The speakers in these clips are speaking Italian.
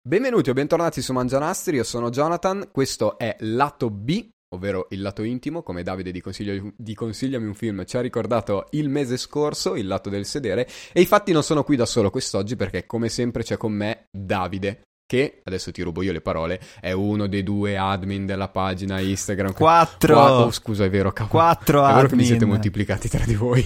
Benvenuti o bentornati su Mangianastri, io sono Jonathan, questo è Lato B, ovvero il lato intimo, come Davide di Consigliami un film ci ha ricordato il mese scorso, il lato del sedere, e infatti non sono qui da solo quest'oggi perché come sempre c'è con me Davide, che, adesso ti rubo io le parole, è uno dei due admin della pagina Instagram. 4! Oh scusa, è vero, cavolo. 4 admin! È vero che vi siete moltiplicati tra di voi.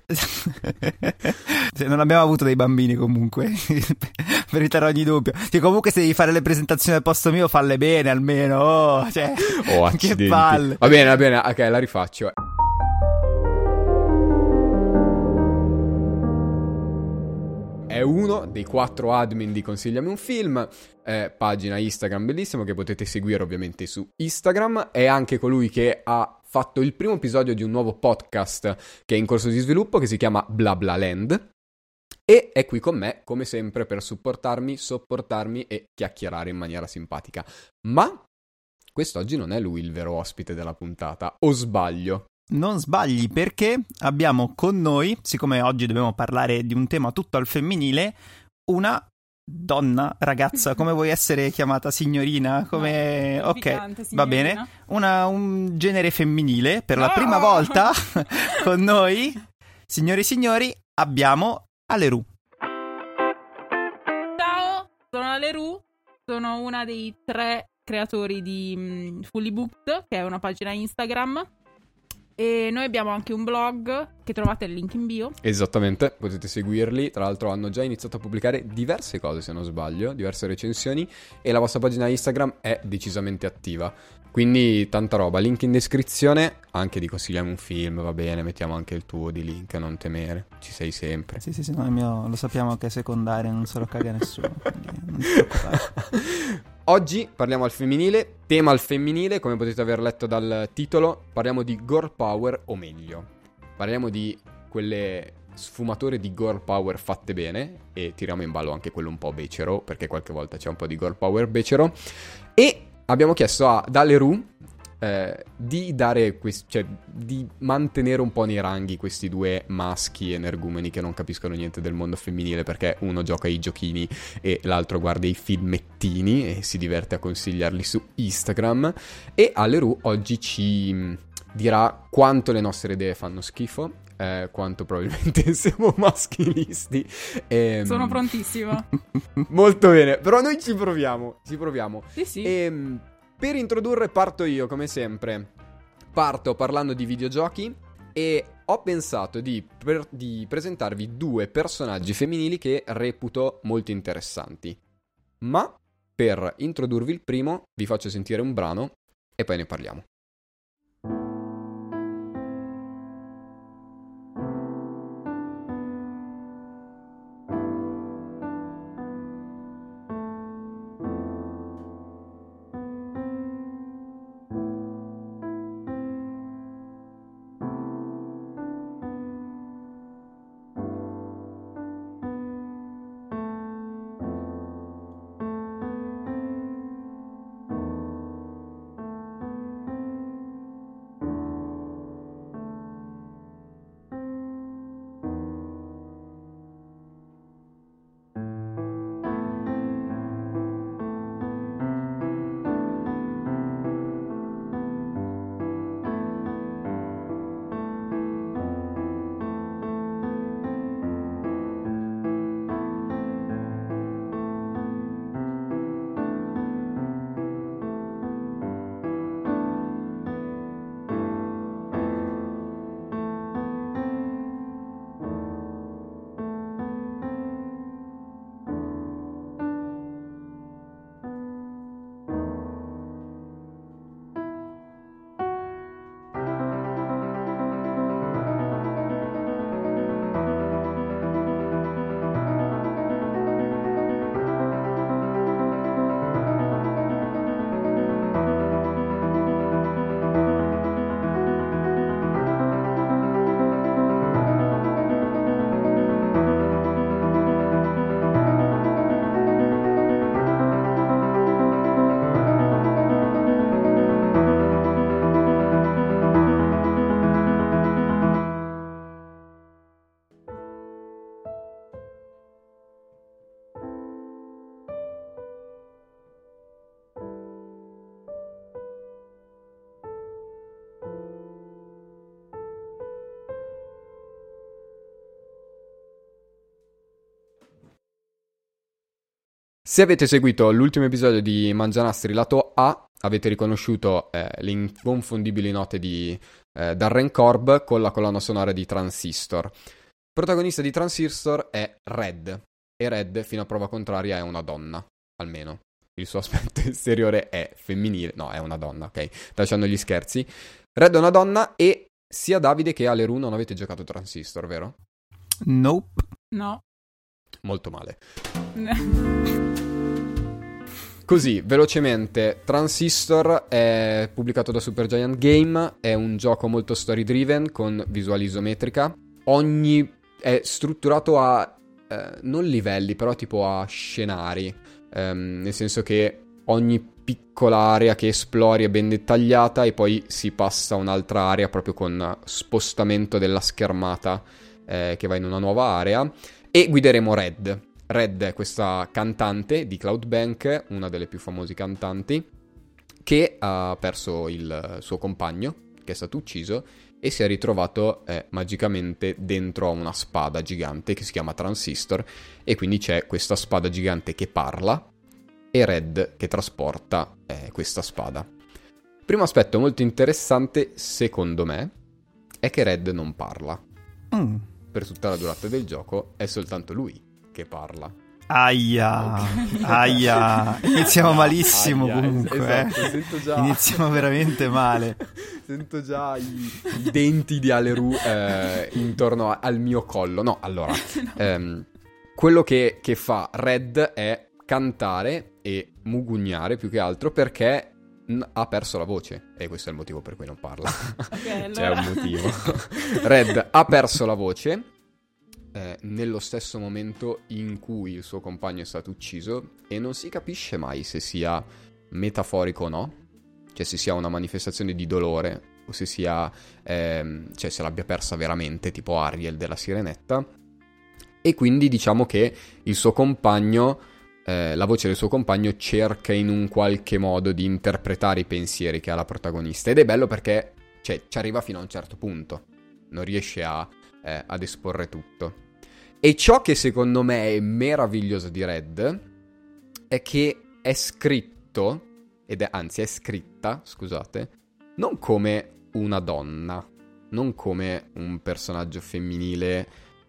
Non abbiamo avuto dei bambini comunque per evitare ogni dubbio. Comunque se devi fare le presentazioni al posto mio falle bene almeno. Cioè, accidenti. Che palle. Va bene, ok, la rifaccio. È uno dei 4 admin di Consigliami un film, pagina Instagram bellissima che potete seguire ovviamente su Instagram. È anche colui che ha fatto il primo episodio di un nuovo podcast che è in corso di sviluppo, che si chiama Bla Bla Land, e è qui con me come sempre per supportarmi, sopportarmi e chiacchierare in maniera simpatica. Ma quest'oggi non è lui il vero ospite della puntata, o sbaglio? Non sbagli, perché abbiamo con noi, siccome oggi dobbiamo parlare di un tema tutto al femminile, una donna, ragazza, come vuoi essere chiamata, signorina? Come... No, ok, signorina. va bene. Un genere femminile, per la prima volta con noi, signori e signori, abbiamo Aleru. Ciao, sono Aleru, sono una dei 3 creatori di Fully Booked, che è una pagina Instagram. E noi abbiamo anche un blog che trovate il link in bio. Esattamente, potete seguirli. Tra l'altro hanno già iniziato a pubblicare diverse cose, se non sbaglio, diverse recensioni, e la vostra pagina Instagram è decisamente attiva. Quindi tanta roba, link in descrizione, anche di Consigliami un film, va bene, mettiamo anche il tuo di link, non temere, ci sei sempre. Sì, no, il mio, lo sappiamo che è secondario, non se lo caga nessuno, quindi non ti preoccupare. Oggi parliamo al femminile, tema al femminile, come potete aver letto dal titolo, parliamo di girl power, o meglio, parliamo di quelle sfumature di girl power fatte bene, e tiriamo in ballo anche quello un po' becero, perché qualche volta c'è un po' di girl power becero, e abbiamo chiesto ad Aleru di dare di mantenere un po' nei ranghi questi due maschi energumeni che non capiscono niente del mondo femminile, perché uno gioca ai giochini e l'altro guarda i filmettini e si diverte a consigliarli su Instagram. E Aleru oggi ci dirà quanto le nostre idee fanno schifo, quanto probabilmente siamo maschilisti. Sono prontissima. Molto bene, però noi ci proviamo. Sì. Per introdurre parto io, come sempre. Parto parlando di videogiochi e ho pensato di presentarvi 2 personaggi femminili che reputo molto interessanti. Ma per introdurvi il primo vi faccio sentire un brano e poi ne parliamo. Se avete seguito l'ultimo episodio di Mangianastri lato A, avete riconosciuto le inconfondibili note di Darren Korb con la colonna sonora di Transistor. Il protagonista di Transistor è Red, e Red, fino a prova contraria, è una donna, almeno. Il suo aspetto esteriore è femminile, no, è una donna, ok? Lasciando gli scherzi. Red è una donna e sia Davide che Aleru non avete giocato Transistor, vero? Nope. No. Molto male. Così, velocemente, Transistor è pubblicato da Supergiant Game, è un gioco molto story driven con visuale isometrica. È strutturato a non livelli, però tipo a scenari, nel senso che ogni piccola area che esplori è ben dettagliata e poi si passa a un'altra area proprio con spostamento della schermata che va in una nuova area. E guideremo Red. Red è questa cantante di Cloudbank, una delle più famosi cantanti, che ha perso il suo compagno, che è stato ucciso, e si è ritrovato magicamente dentro a una spada gigante che si chiama Transistor, e quindi c'è questa spada gigante che parla e Red che trasporta questa spada. Primo aspetto molto interessante, secondo me, è che Red non parla. Per tutta la durata del gioco è soltanto lui che parla. Aia, aia, iniziamo malissimo comunque. Esatto, sento già... Iniziamo veramente male. Sento già i denti di Aleru intorno al mio collo. No, allora, quello che fa Red è cantare e mugugnare più che altro perché ha perso la voce. E questo è il motivo per cui non parla. Okay, allora... C'è un motivo. Red ha perso la voce nello stesso momento in cui il suo compagno è stato ucciso, e non si capisce mai se sia metaforico o no, cioè se sia una manifestazione di dolore o se sia cioè se l'abbia persa veramente, tipo Ariel della Sirenetta. E quindi diciamo che il suo compagno, la voce del suo compagno cerca in un qualche modo di interpretare i pensieri che ha la protagonista, ed è bello perché cioè, ci arriva fino a un certo punto, non riesce ad esporre tutto. E ciò che secondo me è meraviglioso di Red è che è scritto, anzi è scritta, scusate, non come una donna, non come un personaggio femminile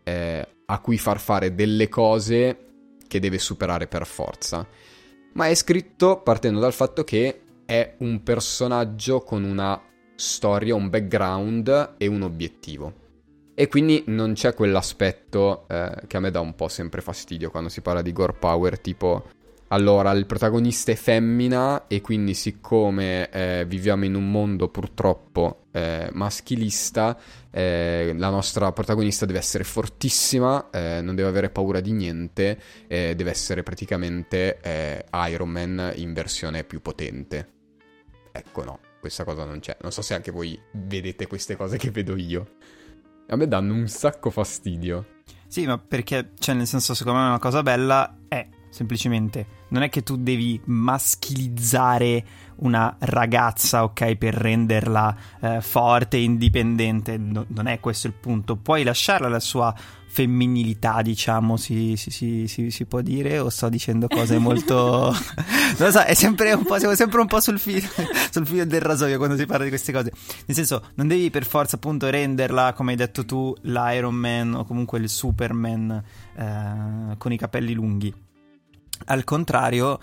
a cui far fare delle cose che deve superare per forza, ma è scritto partendo dal fatto che è un personaggio con una storia, un background e un obiettivo. E quindi non c'è quell'aspetto che a me dà un po' sempre fastidio quando si parla di girl power, tipo allora il protagonista è femmina e quindi siccome viviamo in un mondo purtroppo maschilista, la nostra protagonista deve essere fortissima, non deve avere paura di niente, deve essere praticamente Iron Man in versione più potente. Ecco, no, questa cosa non c'è. Non so se anche voi vedete queste cose che vedo io. A me danno un sacco fastidio. Sì, ma perché, cioè, nel senso, secondo me una cosa bella è semplicemente, non è che tu devi maschilizzare una ragazza, ok, per renderla forte e indipendente, non è questo il punto. Puoi lasciarla la sua femminilità, diciamo, si può dire, o sto dicendo cose molto... non lo so, è sempre un po', siamo sempre un po' sul filo del rasoio quando si parla di queste cose. Nel senso, non devi per forza appunto renderla, come hai detto tu, l'Iron Man o comunque il Superman con i capelli lunghi. Al contrario,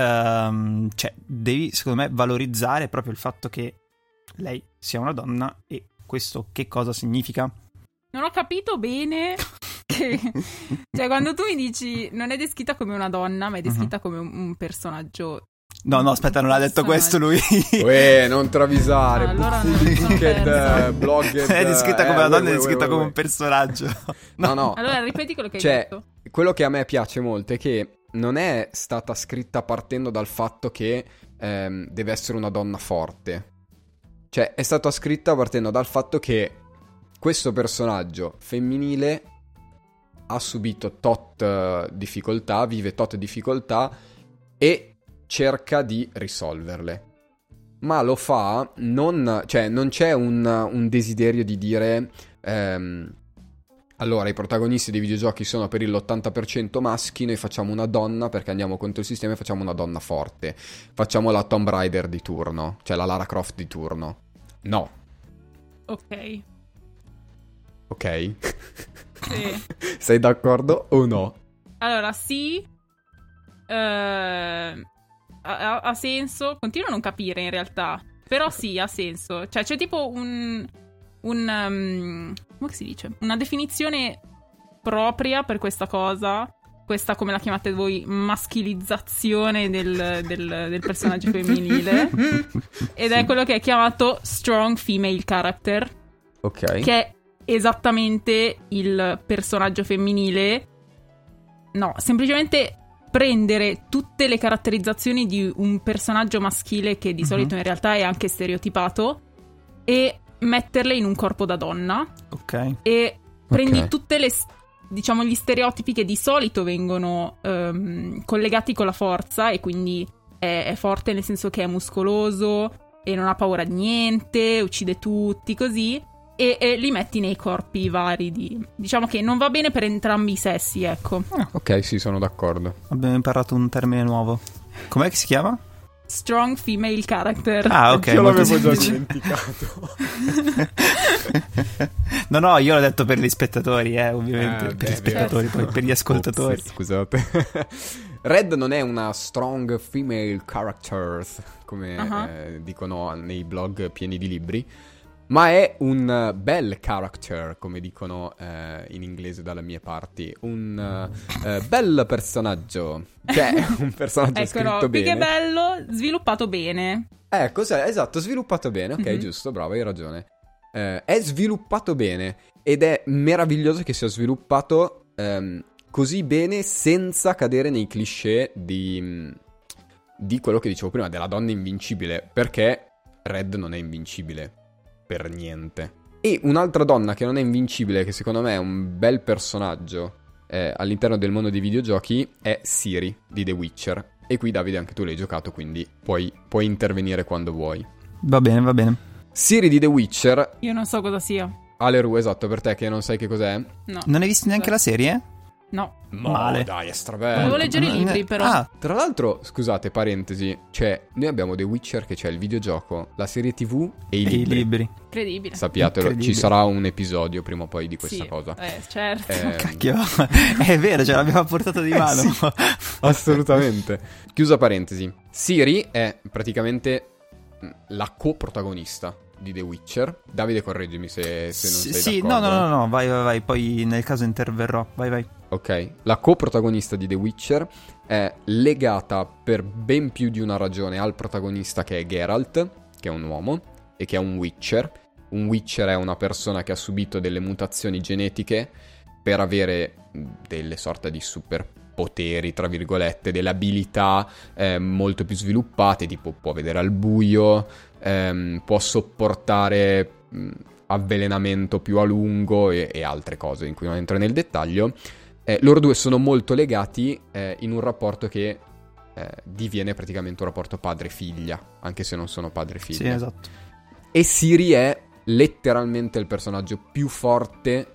cioè, devi, secondo me, valorizzare proprio il fatto che lei sia una donna. E questo che cosa significa? Non ho capito bene che... Cioè, quando tu mi dici non è descritta come una donna, ma è descritta come un personaggio... No, aspetta, non ha detto questo lui. Non travisare. Allora non blogger. È descritta come una donna, è descritta come un personaggio. No. Allora, ripeti quello che hai detto. Quello che a me piace molto è che non è stata scritta partendo dal fatto che deve essere una donna forte. Cioè, è stata scritta partendo dal fatto che questo personaggio femminile ha subito tot difficoltà, vive tot difficoltà e cerca di risolverle. Ma lo fa non c'è un desiderio di dire Allora, i protagonisti dei videogiochi sono per l'80% maschi, noi facciamo una donna perché andiamo contro il sistema e facciamo una donna forte. Facciamo la Tomb Raider di turno, cioè la Lara Croft di turno. No. Ok. Ok? Sì. Sei d'accordo o no? Allora, sì. Ha senso. Continuo a non capire in realtà. Però sì, ha senso. Cioè, c'è tipo come si dice? Una definizione propria per questa cosa. Questa, come la chiamate voi, maschilizzazione del personaggio femminile. Ed è quello che è chiamato strong female character. Ok. Che è esattamente il personaggio femminile. No, semplicemente prendere tutte le caratterizzazioni di un personaggio maschile che di solito in realtà è anche stereotipato e metterle in un corpo da donna. Ok. E prendi tutte le, diciamo, gli stereotipi che di solito vengono collegati con la forza, e quindi è forte nel senso che è muscoloso e non ha paura di niente, uccide tutti, così, e li metti nei corpi vari diciamo che non va bene per entrambi i sessi, ecco. Ok, sì, sono d'accordo. Abbiamo imparato un termine nuovo. Com'è che si chiama? Strong female character. Ah, ok. Io molto l'avevo già semplice. dimenticato. No, io l'ho detto per gli spettatori, ovviamente. Ok, per gli spettatori, certo. poi per gli ascoltatori. Ops, scusate. Red non è una strong female character, come dicono nei blog pieni di libri, ma è un bel character, come dicono in inglese dalle mie parti. Un bel personaggio. Cioè, un personaggio Ecco, scritto no, bene. che bello, sviluppato bene. Cos'è? Esatto, sviluppato bene. Ok, giusto, bravo, hai ragione. È sviluppato bene ed è meraviglioso che sia sviluppato così bene senza cadere nei cliché di quello che dicevo prima, della donna invincibile, perché Red non è invincibile per niente. E un'altra donna che non è invincibile, che secondo me è un bel personaggio all'interno del mondo dei videogiochi, è Ciri di The Witcher. E qui, Davide, anche tu l'hai giocato, quindi puoi intervenire quando vuoi. Va bene, va bene. Ciri di The Witcher. Io non so cosa sia. Aleru, esatto, per te che non sai che cos'è. No. Non hai visto neanche la serie? No. Male. Dai, è strabello. Volevo leggere i libri, però. Ah, Tra l'altro, scusate, parentesi, cioè, noi abbiamo The Witcher, che c'è il videogioco, la serie TV e i e i libri. libri. Incredibile. Sappiatelo, ci Incredibile. sarà un episodio prima o poi di questa Sì, cosa. certo. Cacchio, è vero, ce l'abbiamo a portata di mano. Sì, assolutamente. Chiusa parentesi. Ciri è praticamente la coprotagonista di The Witcher. Davide, correggimi se non sei Sì, d'accordo. no, vai, poi nel caso interverrò, vai. Ok, la coprotagonista di The Witcher è legata per ben più di una ragione al protagonista, che è Geralt, che è un uomo e che è un Witcher. Un Witcher è una persona che ha subito delle mutazioni genetiche per avere delle sorte di superpoteri, tra virgolette, delle abilità molto più sviluppate, tipo può vedere al buio, può sopportare avvelenamento più a lungo e altre cose in cui non entro nel dettaglio. Loro due sono molto legati in un rapporto che diviene praticamente un rapporto padre-figlia, anche se non sono padre-figlia. Sì, esatto. E Ciri è letteralmente il personaggio più forte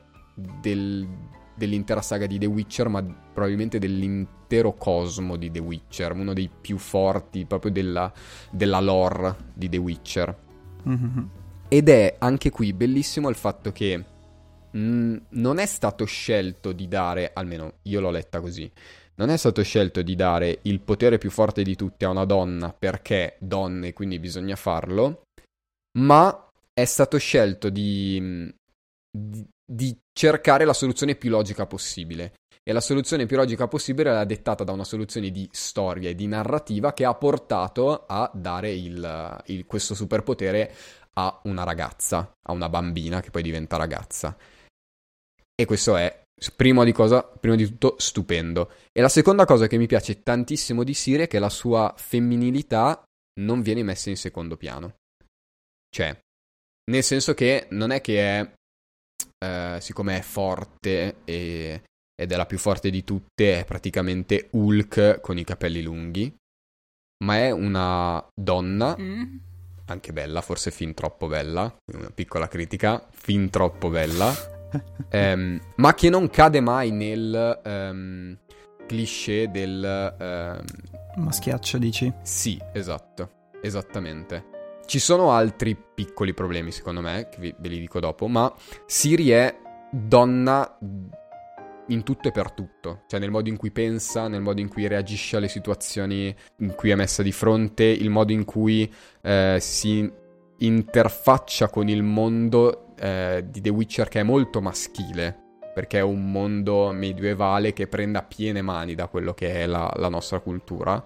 dell'intera saga di The Witcher, ma probabilmente dell'intero cosmo di The Witcher, uno dei più forti proprio della lore di The Witcher. Mm-hmm. Ed è anche qui bellissimo il fatto che non è stato scelto di dare, almeno io l'ho letta così, non è stato scelto di dare il potere più forte di tutti a una donna perché donne e quindi bisogna farlo, ma è stato scelto di cercare la soluzione più logica possibile. E la soluzione più logica possibile era dettata da una soluzione di storia e di narrativa che ha portato a dare questo superpotere a una ragazza, a una bambina che poi diventa ragazza. E questo è, prima di tutto, stupendo. E la seconda cosa che mi piace tantissimo di Ciri è che la sua femminilità non viene messa in secondo piano. Cioè, nel senso che non è che siccome è forte ed è la più forte di tutte, è praticamente Hulk con i capelli lunghi, ma è una donna, anche bella, forse fin troppo bella, una piccola critica, fin troppo bella, ma che non cade mai nel cliché del... maschiaccio, dici? Sì, esatto, esattamente. Ci sono altri piccoli problemi, secondo me, che ve li dico dopo, ma Siri è donna in tutto e per tutto. Cioè nel modo in cui pensa, nel modo in cui reagisce alle situazioni in cui è messa di fronte, il modo in cui si interfaccia con il mondo di The Witcher, che è molto maschile, perché è un mondo medievale che prende a piene mani da quello che è la nostra cultura.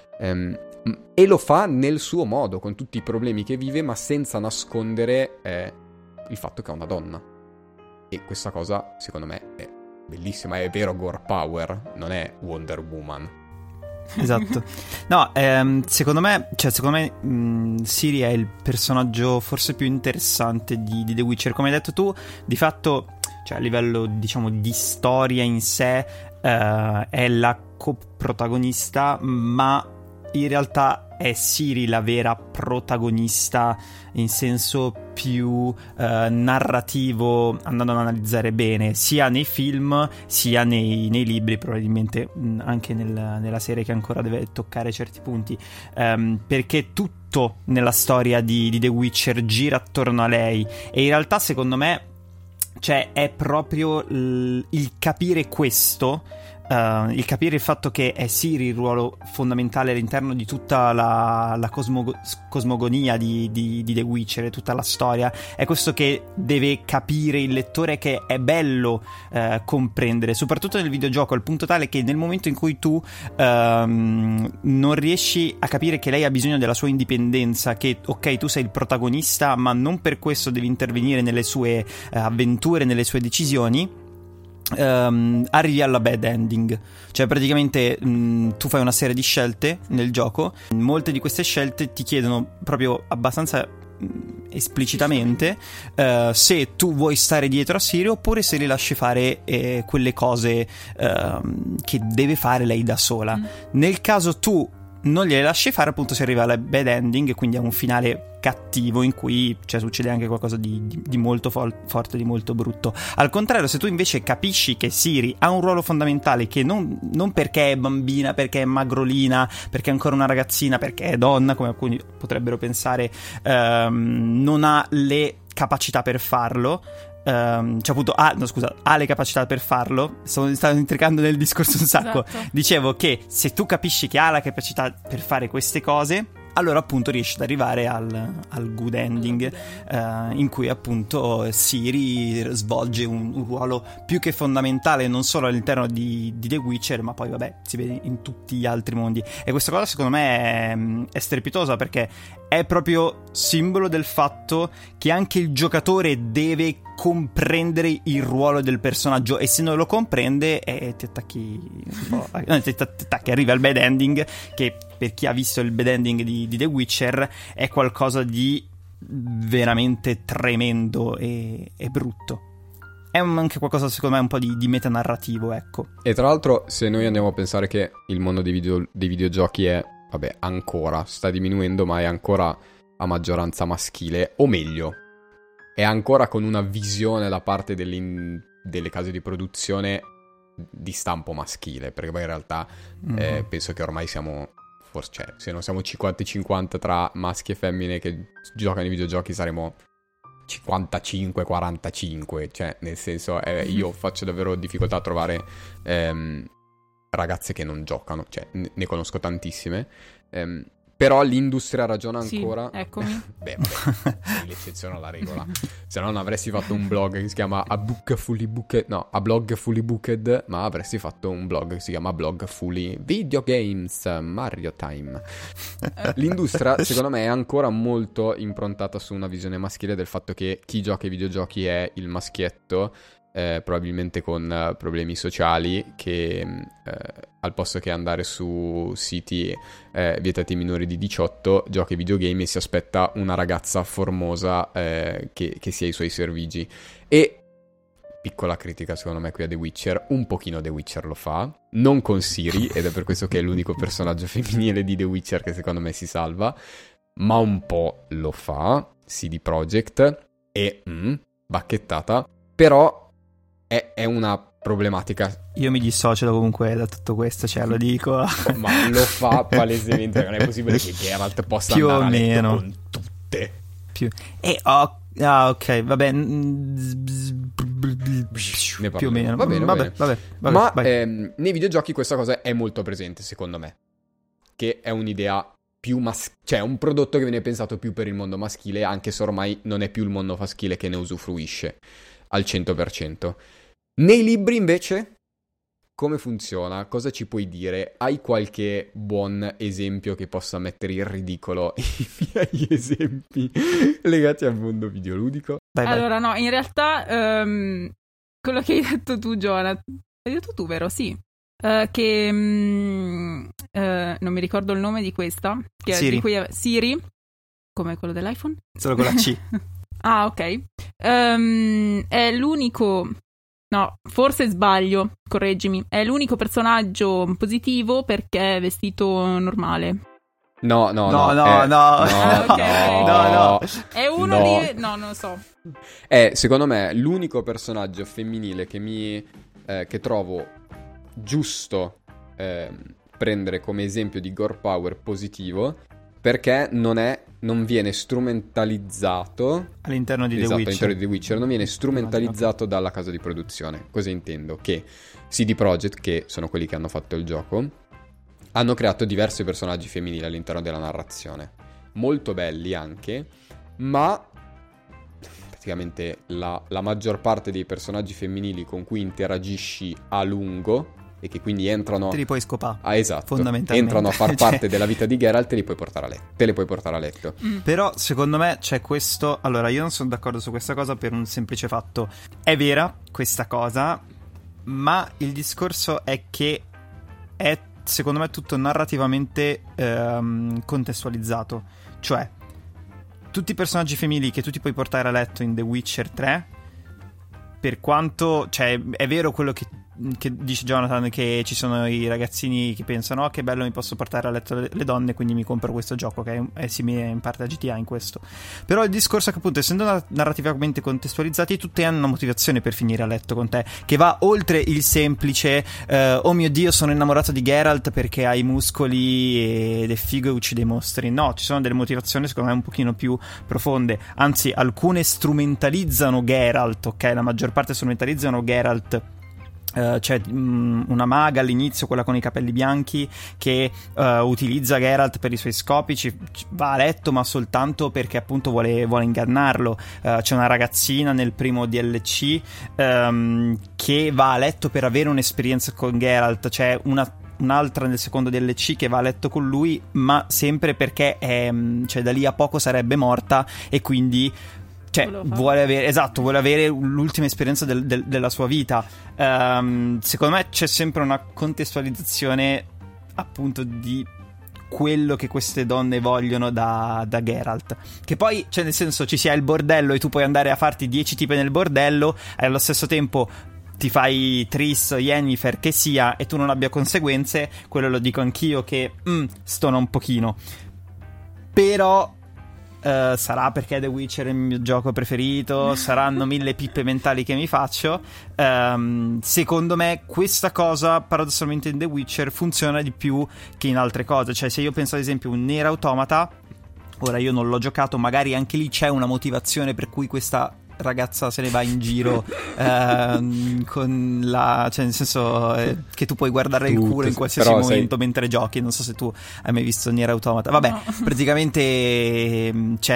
E lo fa nel suo modo, con tutti i problemi che vive, ma senza nascondere il fatto che è una donna. E questa cosa, secondo me, è bellissima. È vero girl power, non è Wonder Woman. Esatto. No, secondo me Ciri è il personaggio forse più interessante di The Witcher. Come hai detto tu, di fatto, cioè a livello, diciamo, di storia in sé, è la coprotagonista, ma in realtà è Ciri la vera protagonista in senso più narrativo, andando ad analizzare bene, sia nei film sia nei libri, probabilmente anche nella serie, che ancora deve toccare certi punti, perché tutto nella storia di The Witcher gira attorno a lei, e in realtà secondo me, cioè, è proprio il capire questo, il capire il fatto che è Ciri il ruolo fondamentale all'interno di tutta la cosmogonia di The Witcher e tutta la storia, è questo che deve capire il lettore, che è bello comprendere, soprattutto nel videogioco, al punto tale che nel momento in cui tu non riesci a capire che lei ha bisogno della sua indipendenza, che ok, tu sei il protagonista, ma non per questo devi intervenire nelle sue avventure, nelle sue decisioni, arrivi alla bad ending. Cioè praticamente tu fai una serie di scelte nel gioco, molte di queste scelte ti chiedono proprio abbastanza esplicitamente se tu vuoi stare dietro a Ciri oppure se le lasci fare quelle cose che deve fare lei da sola. Nel caso tu non gliele lasci fare, appunto, si arriva alla bad ending, quindi a un finale cattivo in cui, cioè, succede anche qualcosa di molto forte, di molto brutto. Al contrario, se tu invece capisci che Ciri ha un ruolo fondamentale, che non perché è bambina, perché è magrolina, perché è ancora una ragazzina, perché è donna, come alcuni potrebbero pensare, non ha le capacità per farlo, cioè appunto ha le capacità per farlo. Stavo intricando nel discorso un sacco. Esatto. Dicevo che se tu capisci che ha la capacità per fare queste cose, allora appunto riesci ad arrivare al good ending, in cui appunto Ciri svolge un ruolo più che fondamentale, non solo all'interno di The Witcher, ma poi vabbè si vede in tutti gli altri mondi. E questa cosa secondo me è strepitosa, perché è proprio simbolo del fatto che anche il giocatore deve comprendere il ruolo del personaggio, e se non lo comprende ti attacchi un po', ti attacchi, arriva al bad ending, che per chi ha visto il bad ending di The Witcher è qualcosa di veramente tremendo e brutto. È anche qualcosa, secondo me, un po' di metanarrativo, ecco. E tra l'altro, se noi andiamo a pensare che il mondo dei videogiochi è, vabbè, ancora sta diminuendo, ma è ancora a maggioranza maschile, o meglio, è ancora con una visione da parte delle case di produzione di stampo maschile, perché poi in realtà penso che ormai siamo, forse, cioè, se non siamo 50-50 tra maschi e femmine che giocano ai videogiochi, saremo 55-45, cioè nel senso io faccio davvero difficoltà a trovare ragazze che non giocano, cioè ne conosco tantissime, però l'industria ragiona ancora. Sì, eccomi. Beh, l'eccezione alla regola. Se no non avresti fatto un blog che si chiama A Blog Fully Booked, ma avresti fatto un blog che si chiama Blog Fully Video Games Mario Time. L'industria, secondo me, è ancora molto improntata su una visione maschile del fatto che chi gioca ai videogiochi è il maschietto, probabilmente con problemi sociali, che al posto che andare su siti vietati ai minori di 18 gioca ai videogame e si aspetta una ragazza formosa che sia ai suoi servigi. E piccola critica secondo me qui a The Witcher, un pochino The Witcher lo fa, non con Ciri, ed è per questo che è l'unico personaggio femminile di The Witcher che secondo me si salva, ma un po' lo fa CD Projekt, e bacchettata. Però è una problematica. Io mi dissocio comunque da tutto questo, cioè lo dico. Ma lo fa palesemente, non è possibile che Geralt possa più andare o a letto meno con tutte. Ok, vabbè. Ne Più o meno. Va bene. Vabbè, Ma vai. nei videogiochi questa cosa è molto presente, secondo me. Che è un'idea più cioè un prodotto che viene pensato più per il mondo maschile, anche se ormai non è più il mondo maschile che ne usufruisce al 100%. Nei libri, invece, come funziona? Cosa ci puoi dire? Hai qualche buon esempio che possa mettere in ridicolo i miei esempi legati al mondo videoludico? Vai. Allora, no, in realtà quello che hai detto tu, Jonathan, hai detto tu, vero? Sì. Che non mi ricordo il nome di questa. Siri. Siri, come quello dell'iPhone? Solo con la C. Ah, ok. È l'unico... No, forse sbaglio, correggimi. È l'unico personaggio positivo perché è vestito normale. No. È uno di... No, non lo so. È, secondo me, l'unico personaggio femminile che trovo giusto prendere come esempio di girl power positivo, perché non viene strumentalizzato all'interno di The Witcher. All'interno di The Witcher non viene strumentalizzato dalla casa di produzione. Cosa intendo? Che CD Projekt, che sono quelli che hanno fatto il gioco, hanno creato diversi personaggi femminili all'interno della narrazione, molto belli anche, ma praticamente la maggior parte dei personaggi femminili con cui interagisci a lungo e che quindi entrano... Te li puoi scopare. Esatto. Fondamentalmente. Entrano a far parte della vita di Geralt, te le puoi portare a letto. Però, secondo me, c'è questo... Allora, io non sono d'accordo su questa cosa per un semplice fatto. È vera questa cosa, ma il discorso è che è, secondo me, tutto narrativamente contestualizzato. Cioè, tutti i personaggi femminili che tu ti puoi portare a letto in The Witcher 3, per quanto... Cioè, è vero quello che dice Jonathan, che ci sono i ragazzini che pensano che bello, mi posso portare a letto le donne, quindi mi compro questo gioco, che è simile in parte a GTA in questo. Però il discorso è che, appunto, essendo narrativamente contestualizzati, tutti hanno una motivazione per finire a letto con te, che va oltre il semplice oh mio Dio, sono innamorato di Geralt perché ha i muscoli ed è figo e uccide i mostri. No, ci sono delle motivazioni secondo me un pochino più profonde, anzi alcune strumentalizzano Geralt, ok? La maggior parte strumentalizzano Geralt. C'è una maga all'inizio, quella con i capelli bianchi, che utilizza Geralt per i suoi scopi, va a letto ma soltanto perché appunto vuole ingannarlo. C'è una ragazzina nel primo DLC che va a letto per avere un'esperienza con Geralt. C'è un'altra nel secondo DLC che va a letto con lui, ma sempre perché cioè da lì a poco sarebbe morta e quindi vuole avere l'ultima esperienza della sua vita. Secondo me c'è sempre una contestualizzazione appunto di quello che queste donne vogliono da Geralt, che poi, cioè, nel senso, ci sia il bordello e tu puoi andare a farti 10 tipe nel bordello e allo stesso tempo ti fai Triss, Yennefer, che sia, e tu non abbia conseguenze. Quello lo dico anch'io, che stona un pochino. Però sarà perché The Witcher è il mio gioco preferito, saranno 1000 pippe mentali che mi faccio. Secondo me questa cosa paradossalmente in The Witcher funziona di più che in altre cose. Cioè, se io penso ad esempio a un Nier Automata, ora io non l'ho giocato, magari anche lì c'è una motivazione per cui questa ragazza se ne va in giro con la, cioè nel senso che tu puoi guardare il culo in qualsiasi momento mentre giochi. Non so se tu hai mai visto Nier Automata. Vabbè, no. Praticamente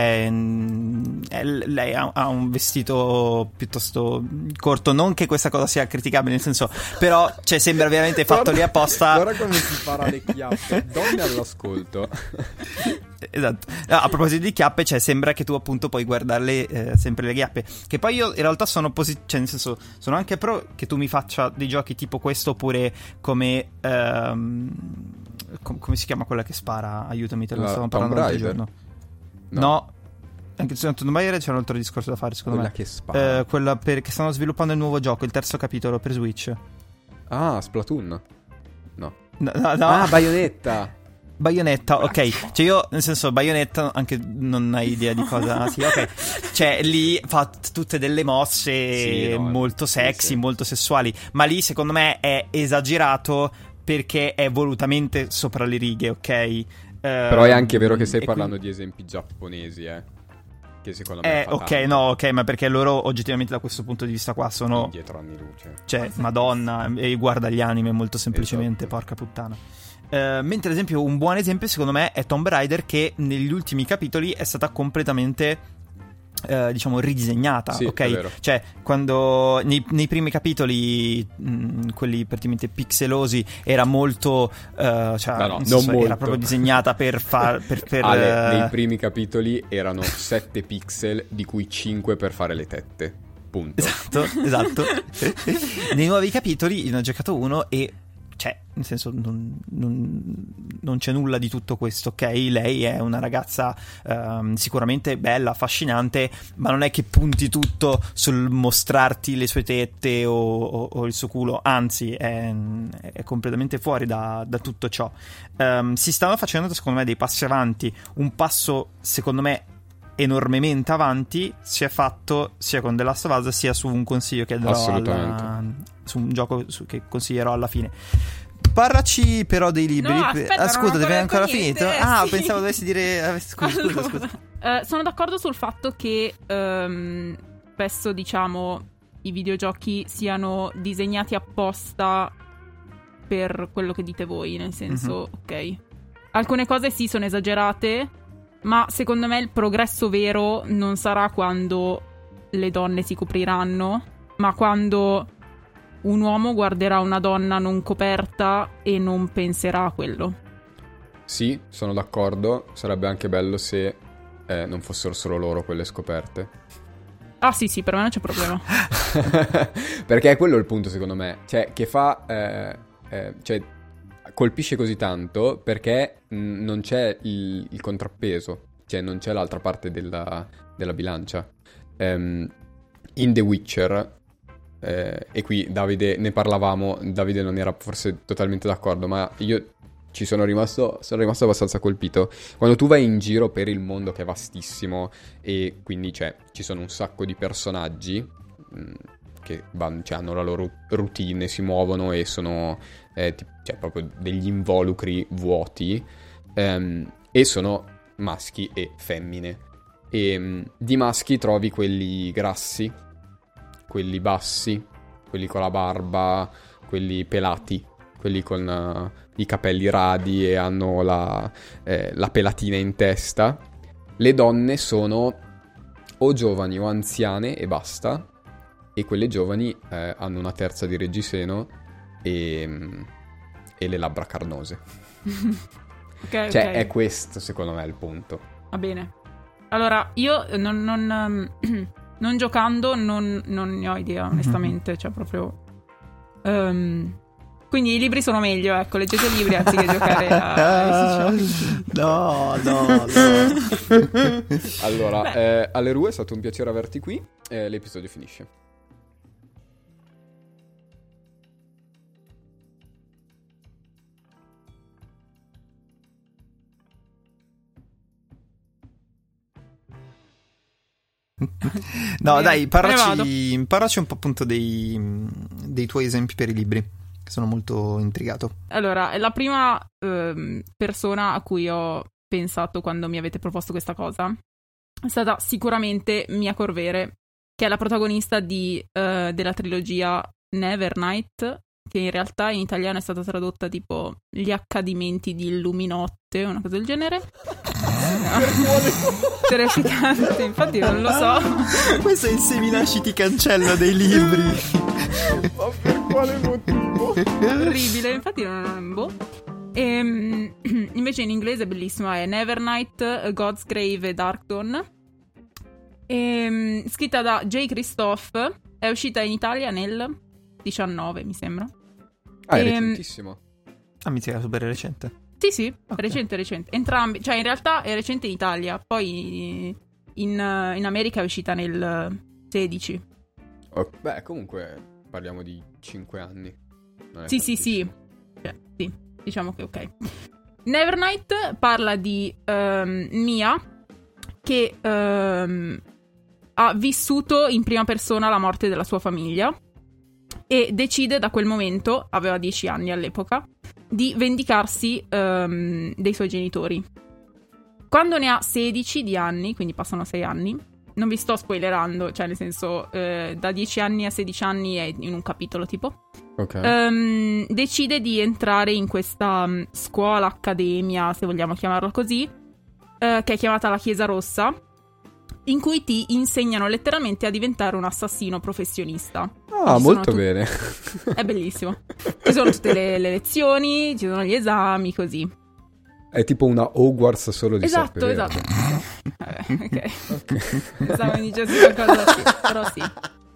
lei ha un vestito piuttosto corto, non che questa cosa sia criticabile, nel senso, però cioè sembra veramente fatto lì apposta. Guarda come si spara le chiappe. Donne all'ascolto. Esatto. A proposito di chiappe, cioè sembra che tu appunto puoi guardarle sempre le chiappe. Che poi io in realtà sono cioè nel senso, sono anche pro che tu mi faccia dei giochi tipo questo, oppure come come si chiama quella che spara? Aiutami, te lo stavamo parlando l'altro giorno. No. Anche se Tomb Raider c'è un altro discorso da fare, secondo quella me. Che spara. Quella che stanno sviluppando il nuovo gioco, il terzo capitolo per Switch. Ah, Splatoon. No. No. Ah, Bayonetta. Bayonetta, ok, cioè io nel senso Bayonetta anche non hai idea di cosa sì, ok, cioè lì fa tutte delle mosse molto sexy, sì. Molto sessuali, ma lì secondo me è esagerato perché è volutamente sopra le righe, ok? Però è anche vero che stai parlando di esempi giapponesi, che secondo me ok, no, ok, ma perché loro oggettivamente da questo punto di vista qua sono indietro anni luce. Cioè, Madonna, e guarda gli anime molto semplicemente, esatto. Porca puttana. Mentre ad esempio un buon esempio secondo me è Tomb Raider, che negli ultimi capitoli è stata completamente diciamo ridisegnata, sì, ok? Cioè quando nei primi capitoli quelli praticamente pixelosi era molto cioè, no, senso, non molto. Era proprio disegnata per nei primi capitoli erano 7 pixel di cui 5 per fare le tette, punto. Esatto. Nei nuovi capitoli ne ho giocato uno e cioè, nel senso, non c'è nulla di tutto questo, ok? Lei è una ragazza sicuramente bella, affascinante, ma non è che punti tutto sul mostrarti le sue tette o il suo culo, anzi, è completamente fuori da tutto ciò. Si stanno facendo, secondo me, dei passi avanti, un passo, secondo me, enormemente avanti si è fatto sia con The Last of Us sia su un consiglio che darò su un gioco che consiglierò alla fine. Parlaci però dei libri. No, aspetta, scusa, devi ancora finito? Sì. Pensavo dovessi dire scusa. Sono d'accordo sul fatto che spesso diciamo i videogiochi siano disegnati apposta per quello che dite voi, nel senso, ok, alcune cose sì sono esagerate, ma secondo me il progresso vero non sarà quando le donne si copriranno, ma quando un uomo guarderà una donna non coperta e non penserà a quello. Sì, sono d'accordo. Sarebbe anche bello se non fossero solo loro quelle scoperte. Ah sì, per me non c'è problema. Perché è quello il punto, secondo me. Cioè, che fa... cioè, colpisce così tanto perché non c'è il contrappeso. Cioè, non c'è l'altra parte della bilancia. In The Witcher... e qui Davide ne parlavamo, Davide non era forse totalmente d'accordo, ma io ci sono rimasto abbastanza colpito. Quando tu vai in giro per il mondo, che è vastissimo, e quindi ci sono un sacco di personaggi che hanno la loro routine, si muovono e sono proprio degli involucri vuoti, e sono maschi e femmine, e di maschi trovi quelli grassi, quelli bassi, quelli con la barba, quelli pelati, quelli con i capelli radi e hanno la pelatina in testa. Le donne sono o giovani o anziane e basta, e quelle giovani hanno una terza di reggiseno e le labbra carnose. Okay. È questo secondo me il punto. Va bene. Allora, io non giocando non ne ho idea, onestamente, cioè proprio quindi i libri sono meglio, ecco, leggete i libri anziché giocare ai videogiochi. No. Allora, Aleru, è stato un piacere averti qui, l'episodio finisce. No, dai, parlaci un po' appunto dei tuoi esempi per i libri, che sono molto intrigato. Allora, la prima persona a cui ho pensato quando mi avete proposto questa cosa è stata sicuramente Mia Corvere, che è la protagonista della trilogia Nevernight, che in realtà in italiano è stata tradotta tipo Gli accadimenti di Illuminotte, una cosa del genere. Terrificante, infatti non lo so. Questo è il seminasci ti cancella dei libri. Ma per quale motivo? Orribile, infatti non invece in inglese è bellissima, è Nevernight, God's Grave e Dark Dawn. Scritta da J. Christophe, è uscita in Italia nel 19, mi sembra. Ah, è recentissimo. Ah, mi sembra super recente. Sì, okay. Recente. Entrambi, cioè in realtà è recente in Italia, poi in America è uscita nel 16. Beh, comunque parliamo di 5 anni. Sì. Cioè, sì, diciamo che ok. Nevernight parla di Mia che ha vissuto in prima persona la morte della sua famiglia e decide da quel momento, aveva 10 anni all'epoca, di vendicarsi dei suoi genitori. Quando ne ha 16 di anni, quindi passano 6 anni, non vi sto spoilerando, cioè nel senso da 10 anni a 16 anni è in un capitolo tipo, decide di entrare in questa scuola, accademia, se vogliamo chiamarla così, che è chiamata la Chiesa Rossa, in cui ti insegnano letteralmente a diventare un assassino professionista. Ah, molto bene. È bellissimo. Ci sono tutte le lezioni, ci sono gli esami, così. È tipo una Hogwarts solo di esatto, serpe, esatto. Ok. Pensavo mi dicessi qualcosa sì, però sì.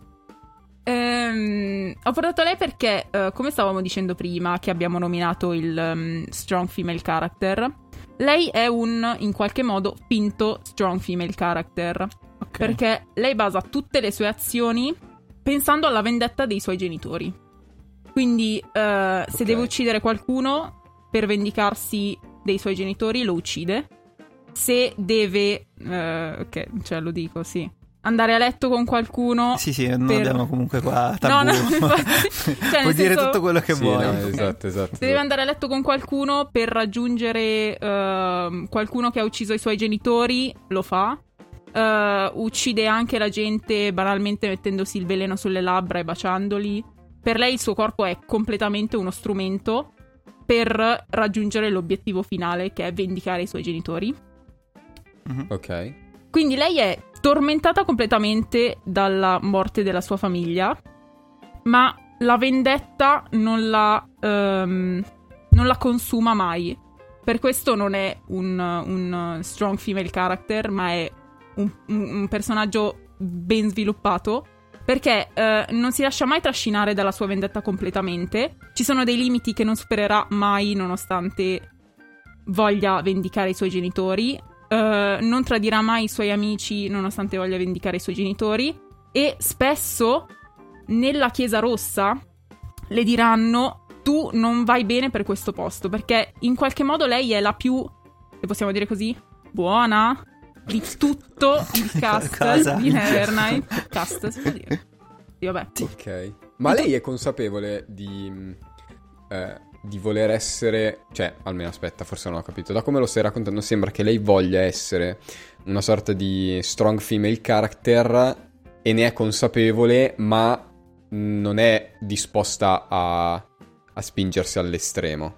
Ho portato lei perché, come stavamo dicendo prima, che abbiamo nominato il strong female character, lei è in qualche modo finto strong female character. Okay. Perché lei basa tutte le sue azioni pensando alla vendetta dei suoi genitori. Quindi se deve uccidere qualcuno per vendicarsi dei suoi genitori, lo uccide. Se deve cioè lo dico, sì, andare a letto con qualcuno. Sì, non abbiamo comunque qua tabù. No, cioè, puoi dire tutto quello che vuoi. No, esatto. Se deve andare a letto con qualcuno per raggiungere qualcuno che ha ucciso i suoi genitori, lo fa. Uccide anche la gente banalmente mettendosi il veleno sulle labbra e baciandoli. Per lei il suo corpo è completamente uno strumento per raggiungere l'obiettivo finale, che è vendicare i suoi genitori. Ok. Quindi lei è tormentata completamente dalla morte della sua famiglia, ma la vendetta non la consuma mai. Per questo non è un strong female character, ma è un personaggio ben sviluppato, perché non si lascia mai trascinare dalla sua vendetta completamente. Ci sono dei limiti che non supererà mai, nonostante voglia vendicare i suoi genitori. Non tradirà mai i suoi amici, nonostante voglia vendicare i suoi genitori. E spesso nella Chiesa Rossa le diranno: tu non vai bene per questo posto, perché in qualche modo lei è la più, se possiamo dire così, buona di tutto il cast di Nevernight. Cast, si può dire? Sì, vabbè. Ok. Ma lei è consapevole di voler essere, cioè, almeno aspetta, forse non ho capito. Da come lo stai raccontando sembra che lei voglia essere una sorta di strong female character e ne è consapevole, ma non è disposta a spingersi all'estremo.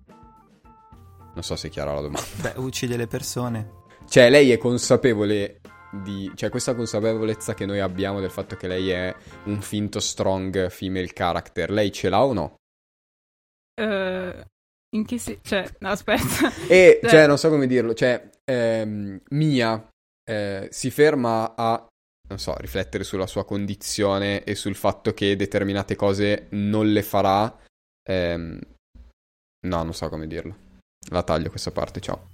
Non so se è chiara la domanda. Beh, uccide le persone. Cioè, lei è consapevole cioè, questa consapevolezza che noi abbiamo del fatto che lei è un finto strong female character, lei ce l'ha o no? In che cioè, no, aspetta. Cioè, non so come dirlo. Cioè, Mia si ferma a, non so, riflettere sulla sua condizione e sul fatto che determinate cose non le farà. No, non so come dirlo. La taglio questa parte, ciao.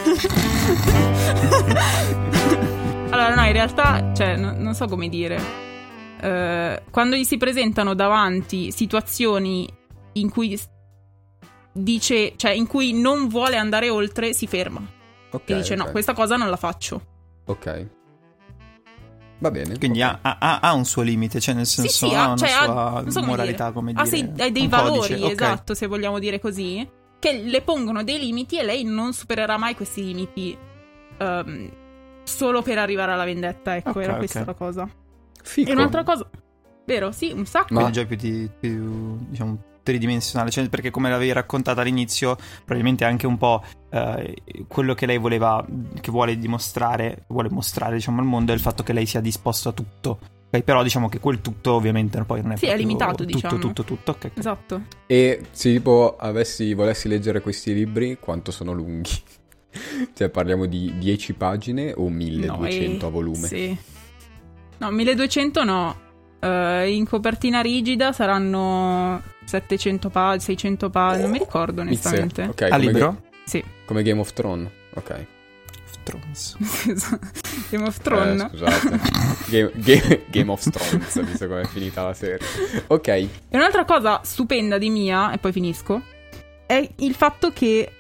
Allora, no, in realtà, cioè, non so come dire. Quando gli si presentano davanti situazioni in cui dice, cioè, in cui non vuole andare oltre, si ferma. E dice: no, questa cosa non la faccio. Ok. Va bene. Quindi ha un suo limite, cioè nel senso sì, ha una sua sua moralità, come dire. Ha dei valori, codice. esatto, se vogliamo dire così, che le pongono dei limiti e lei non supererà mai questi limiti solo per arrivare alla vendetta, ecco, era questa la cosa. Fico. E un'altra cosa, vero? Sì, un sacco. Quindi già più diciamo tridimensionale, cioè, perché come l'avevi raccontata all'inizio, probabilmente anche un po' quello che lei vuole mostrare, diciamo, al mondo è il fatto che lei sia disposta a tutto. Okay, però diciamo che quel tutto ovviamente poi non è è limitato, diciamo. Tutto. Okay. Esatto. E se tipo volessi leggere questi libri, quanto sono lunghi? Cioè, parliamo di 10 pagine o 1200 a volume? Sì. No, 1200 no. In copertina rigida saranno 700 pagine, 600 pagine, non mi ricordo onestamente. Okay, a libro? Sì. Come Game of Thrones, ok. Game of Thrones. Scusate. Game of Thrones, visto come è finita la serie. Ok. E un'altra cosa stupenda di Mia, e poi finisco, è il fatto che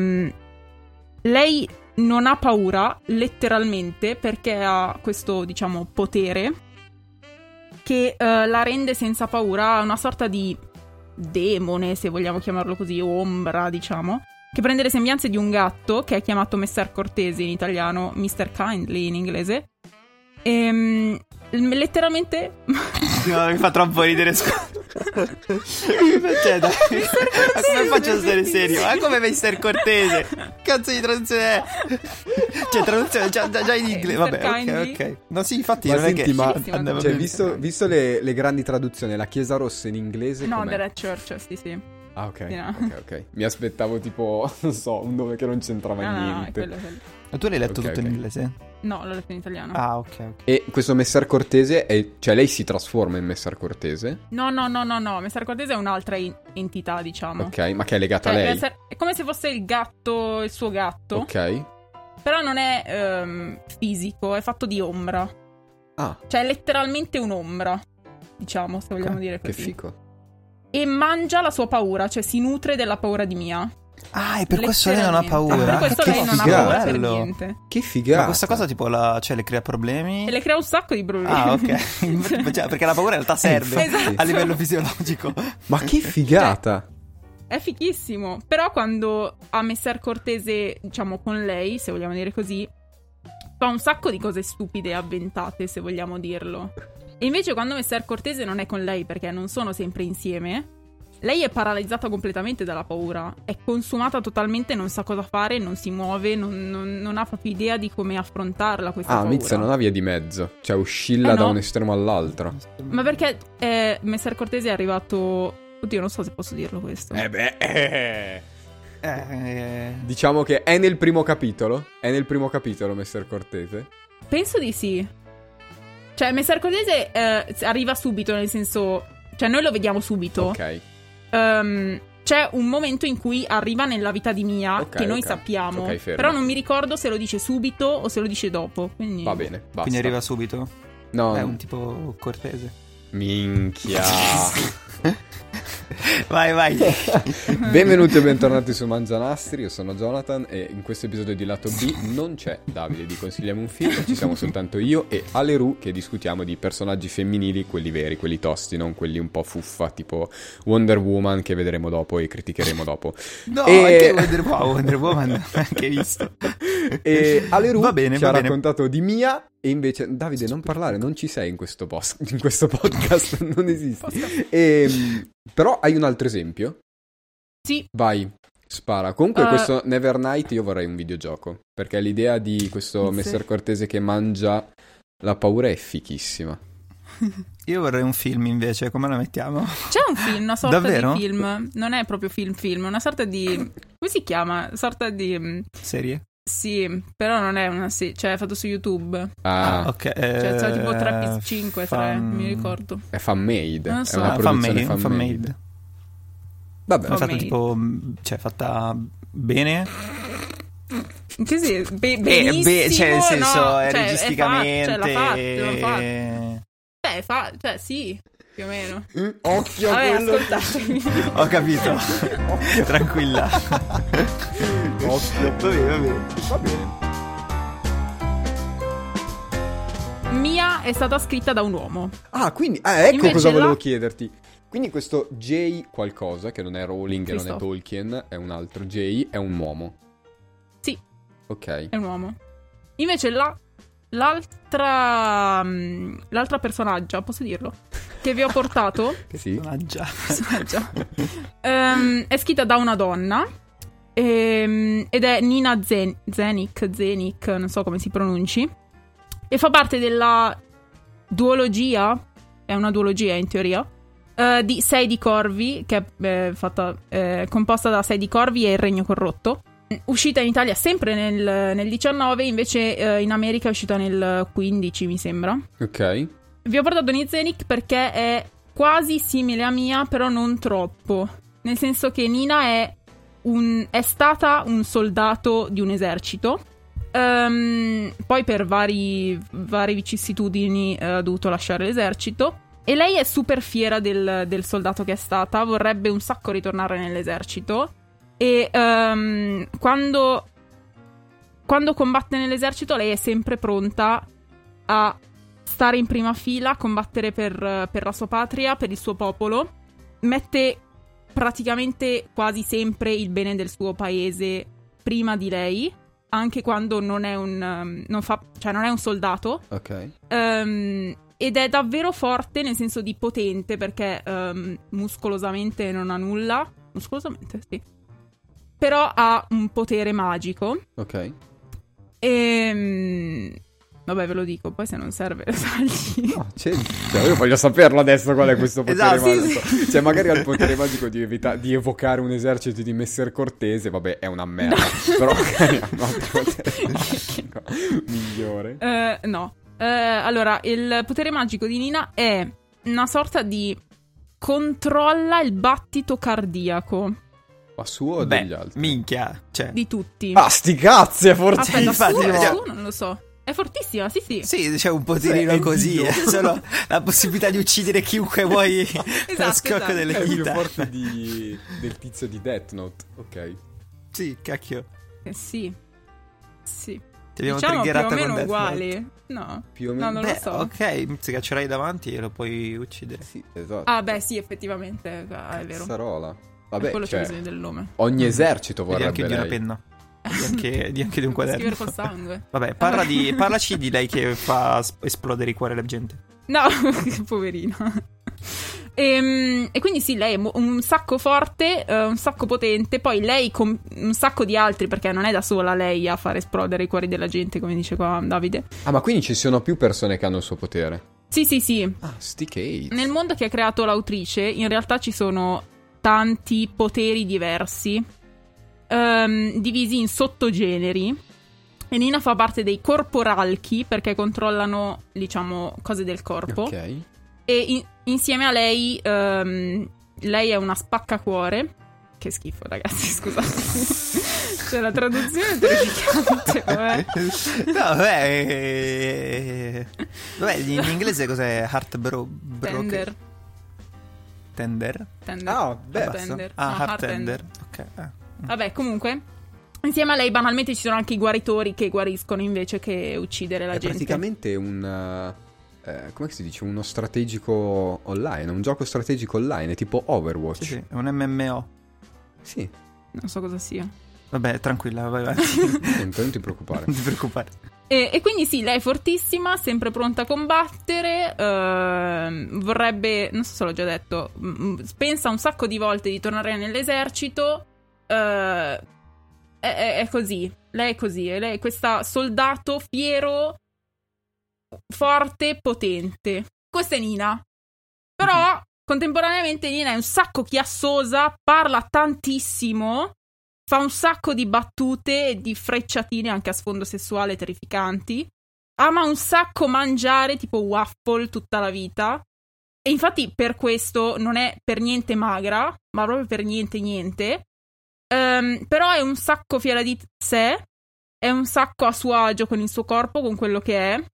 lei non ha paura, letteralmente, perché ha questo, diciamo, potere che la rende senza paura. Ha una sorta di demone, se vogliamo chiamarlo così, ombra, diciamo, che prende le sembianze di un gatto, che è chiamato Messer Cortese in italiano, Mr. Kindly in inglese. Letteralmente No, mi fa troppo ridere. Cioè, dai, ma come faccio a stare serio? Ma come Mr. Cortese? Cazzo di traduzione è? Cioè, traduzione già in inglese. Vabbè, ok. No, sì, infatti Ma non senti, è che ma andava cioè, bene. visto le grandi traduzioni, la Chiesa Rossa in inglese No, com'è? The Red Church, sì. Ah, ok, No. ok. Mi aspettavo tipo, non so, un nome che non c'entrava No, è niente. quello. Ma tu l'hai letto Ok, tutto ok. in inglese? No, l'ho letto in italiano. Ah, ok. E questo Messer Cortese cioè lei si trasforma in Messer Cortese? No. Messer Cortese è un'altra entità, diciamo. Ok, ma che è legata Cioè, a lei? è come se fosse il gatto, il suo gatto. Ok. Però non è fisico, è fatto di ombra. Ah, Cioè, è letteralmente un'ombra, diciamo, se vogliamo dire che così. fico. E mangia la sua paura, cioè si nutre della paura di Mia. Ah, e per questo lei non ha Letteralmente. paura? Per questo Che lei non ha figata. paura per Bello. niente. Che figata. Ma questa cosa tipo cioè, le crea problemi? E le crea un sacco di problemi. Ah, ok. Cioè, perché la paura in realtà serve infatti. a livello fisiologico. Ma che figata. È fichissimo. Però quando ha Messer Cortese, diciamo, con lei, se vogliamo dire così, fa un sacco di cose stupide e avventate, se vogliamo dirlo. E invece quando Messer Cortese non è con lei, perché non sono sempre insieme, lei è paralizzata completamente dalla paura. È consumata totalmente, non sa cosa fare, non si muove, non ha proprio idea di come affrontarla questa paura. Mizza non ha via di mezzo. Cioè oscilla da no. un estremo all'altro. Ma perché Messer Cortese è arrivato... Oddio, non so se posso dirlo questo. Diciamo che è nel primo capitolo. È nel primo capitolo Messer Cortese. Penso di sì. Cioè, Messer Cortese arriva subito, nel senso... Cioè, noi lo vediamo subito. Ok. C'è un momento in cui arriva nella vita di Mia, Ok, che noi ok. sappiamo. Ok, fermo. Però non mi ricordo se lo dice subito o se lo dice dopo. Quindi... Va bene, basta. Quindi arriva subito? No, È un tipo cortese. minchia. Vai. Benvenuti e bentornati su Mangianastri, io sono Jonathan e in questo episodio di Lato B non c'è Davide di Consigliamo un film, ci siamo soltanto io e Aleru che discutiamo di personaggi femminili, quelli veri, quelli tosti, non quelli un po' fuffa tipo Wonder Woman che vedremo dopo e criticheremo dopo. No, E- anche Wonder Woman, anche visto. E Aleru Va bene, ci ha va bene. raccontato di Mia e invece Davide non parlare, non ci sei in questo podcast, non esiste. Però hai un altro esempio? Sì. Vai, spara. Comunque questo Nevernight io vorrei un videogioco, perché l'idea di questo Sì. Messer Cortese che mangia la paura è fichissima. Io vorrei un film invece, come la mettiamo? C'è un film, una sorta Davvero? di film. Non è proprio film, è una sorta di... Come si chiama? Sorta di... Serie? Sì, però non è una... Sì, cioè è fatto su YouTube. Ah, ok. Cioè c'è tipo 3x5, 3, mi ricordo. è fan-made, Non è so. una produzione fan-made. fan-made. Vabbè, È fatta Fan-made. tipo, cioè fatta bene. Che sì, benissimo, cioè nel senso no, è cioè, registicamente. l'ha fatto. Cioè sì, più o meno. occhio a Vabbè, quello. ascoltatemi. Ho capito. Tranquilla. Occhio. Va bene. Va bene. Mia è stata scritta da un uomo. Ah, quindi ecco Invece cosa volevo la- chiederti. Quindi questo J qualcosa, che non è Rowling e non è Christoph. Tolkien, è un altro J, è un uomo. Sì, Ok. è un uomo. Invece l'altra personaggia, posso dirlo? Che vi ho portato Sì. Già. è scritta da una donna ed è Nina Zenik, non so come si pronunci, e fa parte della duologia, è una duologia in teoria, di Sei di Corvi, che è composta da Sei di Corvi e Il Regno Corrotto, uscita in Italia sempre nel 19, invece in America è uscita nel 15 mi sembra. Ok. Vi ho portato Nina Zenik perché è quasi simile a Mia, però non troppo. Nel senso che Nina è stata un soldato di un esercito. Poi per varie vicissitudini ha dovuto lasciare l'esercito. E lei è super fiera del soldato che è stata. Vorrebbe un sacco ritornare nell'esercito. E quando combatte nell'esercito lei è sempre pronta a stare in prima fila, a combattere per la sua patria, per il suo popolo. Mette praticamente quasi sempre il bene del suo paese prima di lei, anche quando non è un soldato. Ok. Ed è davvero forte nel senso di potente, perché muscolosamente non ha nulla. Muscolosamente, sì. Però ha un potere magico. Ok. Vabbè, ve lo dico, poi se non serve lo tagli. No, cioè, io voglio saperlo adesso qual è questo potere Esatto, magico. sì. Cioè, magari ha il potere magico di evocare un esercito di Messer Cortese. Vabbè, è una merda. Però magari ha un altro potere magico migliore. No. Allora, il potere magico di Nina è una sorta di controlla il battito cardiaco Ma suo o Beh, degli altri? minchia, cioè. di tutti. Ah, sti cazzi, è fortissimo. Aspetta, infatti, suo non lo so. È fortissima, sì, sì. Sì, c'è un poterino Sì, è così, Dio. è solo la possibilità di uccidere chiunque vuoi allo scocco esatto. delle È più dita. forte del tizio di Death Note. Ok. Sì, cacchio. Sì. Sì. Ti abbiamo Diciamo più o triggerata con meno Death uguali. No. Più o No, meno. non Note. lo so. Ok, se caccerai davanti e lo puoi uccidere. Sì, esatto. Ah, beh, sì, effettivamente. È vero. Cazzarola. Per Vabbè, quello c'è cioè, bisogno del nome. ogni esercito Vedi anche vorrebbe di una lei. penna. Di anche di un quaderno. Scrivere col sangue. Vabbè, parlaci di lei che fa esplodere i cuori alla gente. No, poverina. E quindi sì, lei è un sacco forte, un sacco potente. Poi lei con un sacco di altri, perché non è da sola lei a far esplodere i cuori della gente, come dice qua Davide. Ah, ma quindi ci sono più persone che hanno il suo potere? Sì, sì, sì. Ah, sti cazzi. Nel mondo che ha creato l'autrice, in realtà ci sono tanti poteri diversi, divisi in sottogeneri. E Nina fa parte dei corporalchi, perché controllano, diciamo, cose del corpo. Ok. E insieme a lei, lei è una spaccacuore. Che schifo, ragazzi, scusate. Cioè, la traduzione è terrificante, vabbè. No, vabbè, in inglese cos'è? Tender. Tender? Tender. Ah, beh, Heart tender. Ah, No, heart heart tender. Ok. Vabbè, comunque, insieme a lei banalmente ci sono anche i guaritori che guariscono invece che uccidere la è gente. praticamente come si dice? Uno strategico online, un gioco strategico online, è tipo Overwatch. Sì, è un MMO. Sì. Non so cosa sia. Vabbè, tranquilla, vai. Niente, non ti preoccupare. Non ti preoccupare. E quindi sì, lei è fortissima, sempre pronta a combattere, vorrebbe, non so se l'ho già detto, pensa un sacco di volte di tornare nell'esercito, è così, lei è così, lei è questa soldato fiero, forte, potente. Questa è Nina. Però, contemporaneamente Nina è un sacco chiassosa, parla tantissimo, fa un sacco di battute e di frecciatine anche a sfondo sessuale terrificanti. Ama un sacco mangiare tipo waffle tutta la vita. E infatti per questo non è per niente magra, ma proprio per niente. Però è un sacco fiera di sé. È un sacco a suo agio con il suo corpo, con quello che è.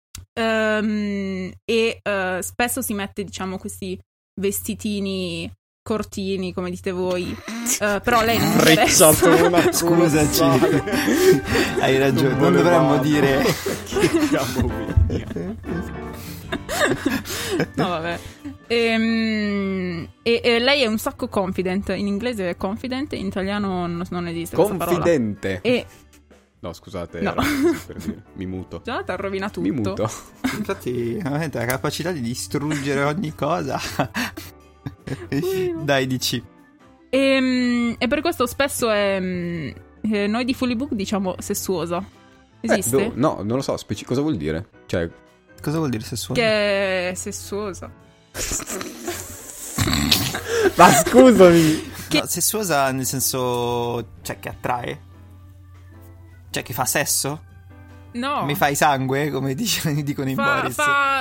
Spesso si mette, diciamo, questi vestitini cortini, come dite voi. Però lei non interessa. Scusaci. Hai ragione, non dovremmo dire. No, vabbè. E lei è un sacco confident. In inglese è confident, in italiano non esiste questa parola. Confidente. E No, scusate, No. era per dire. Mi muto. Jonathan rovina tutto. Mi muto. Infatti, veramente la capacità di distruggere ogni cosa. Dai, dici. E per questo spesso è noi di Fully Book diciamo sessuosa. Esiste? No, non lo so, cosa vuol dire? Cioè, Cosa vuol dire sessuale? Che è sessuosa. ma scusami. No, sessuosa nel senso, cioè, che attrae? Cioè, che fa sesso? No. Mi fai sangue, come dicono in Boris.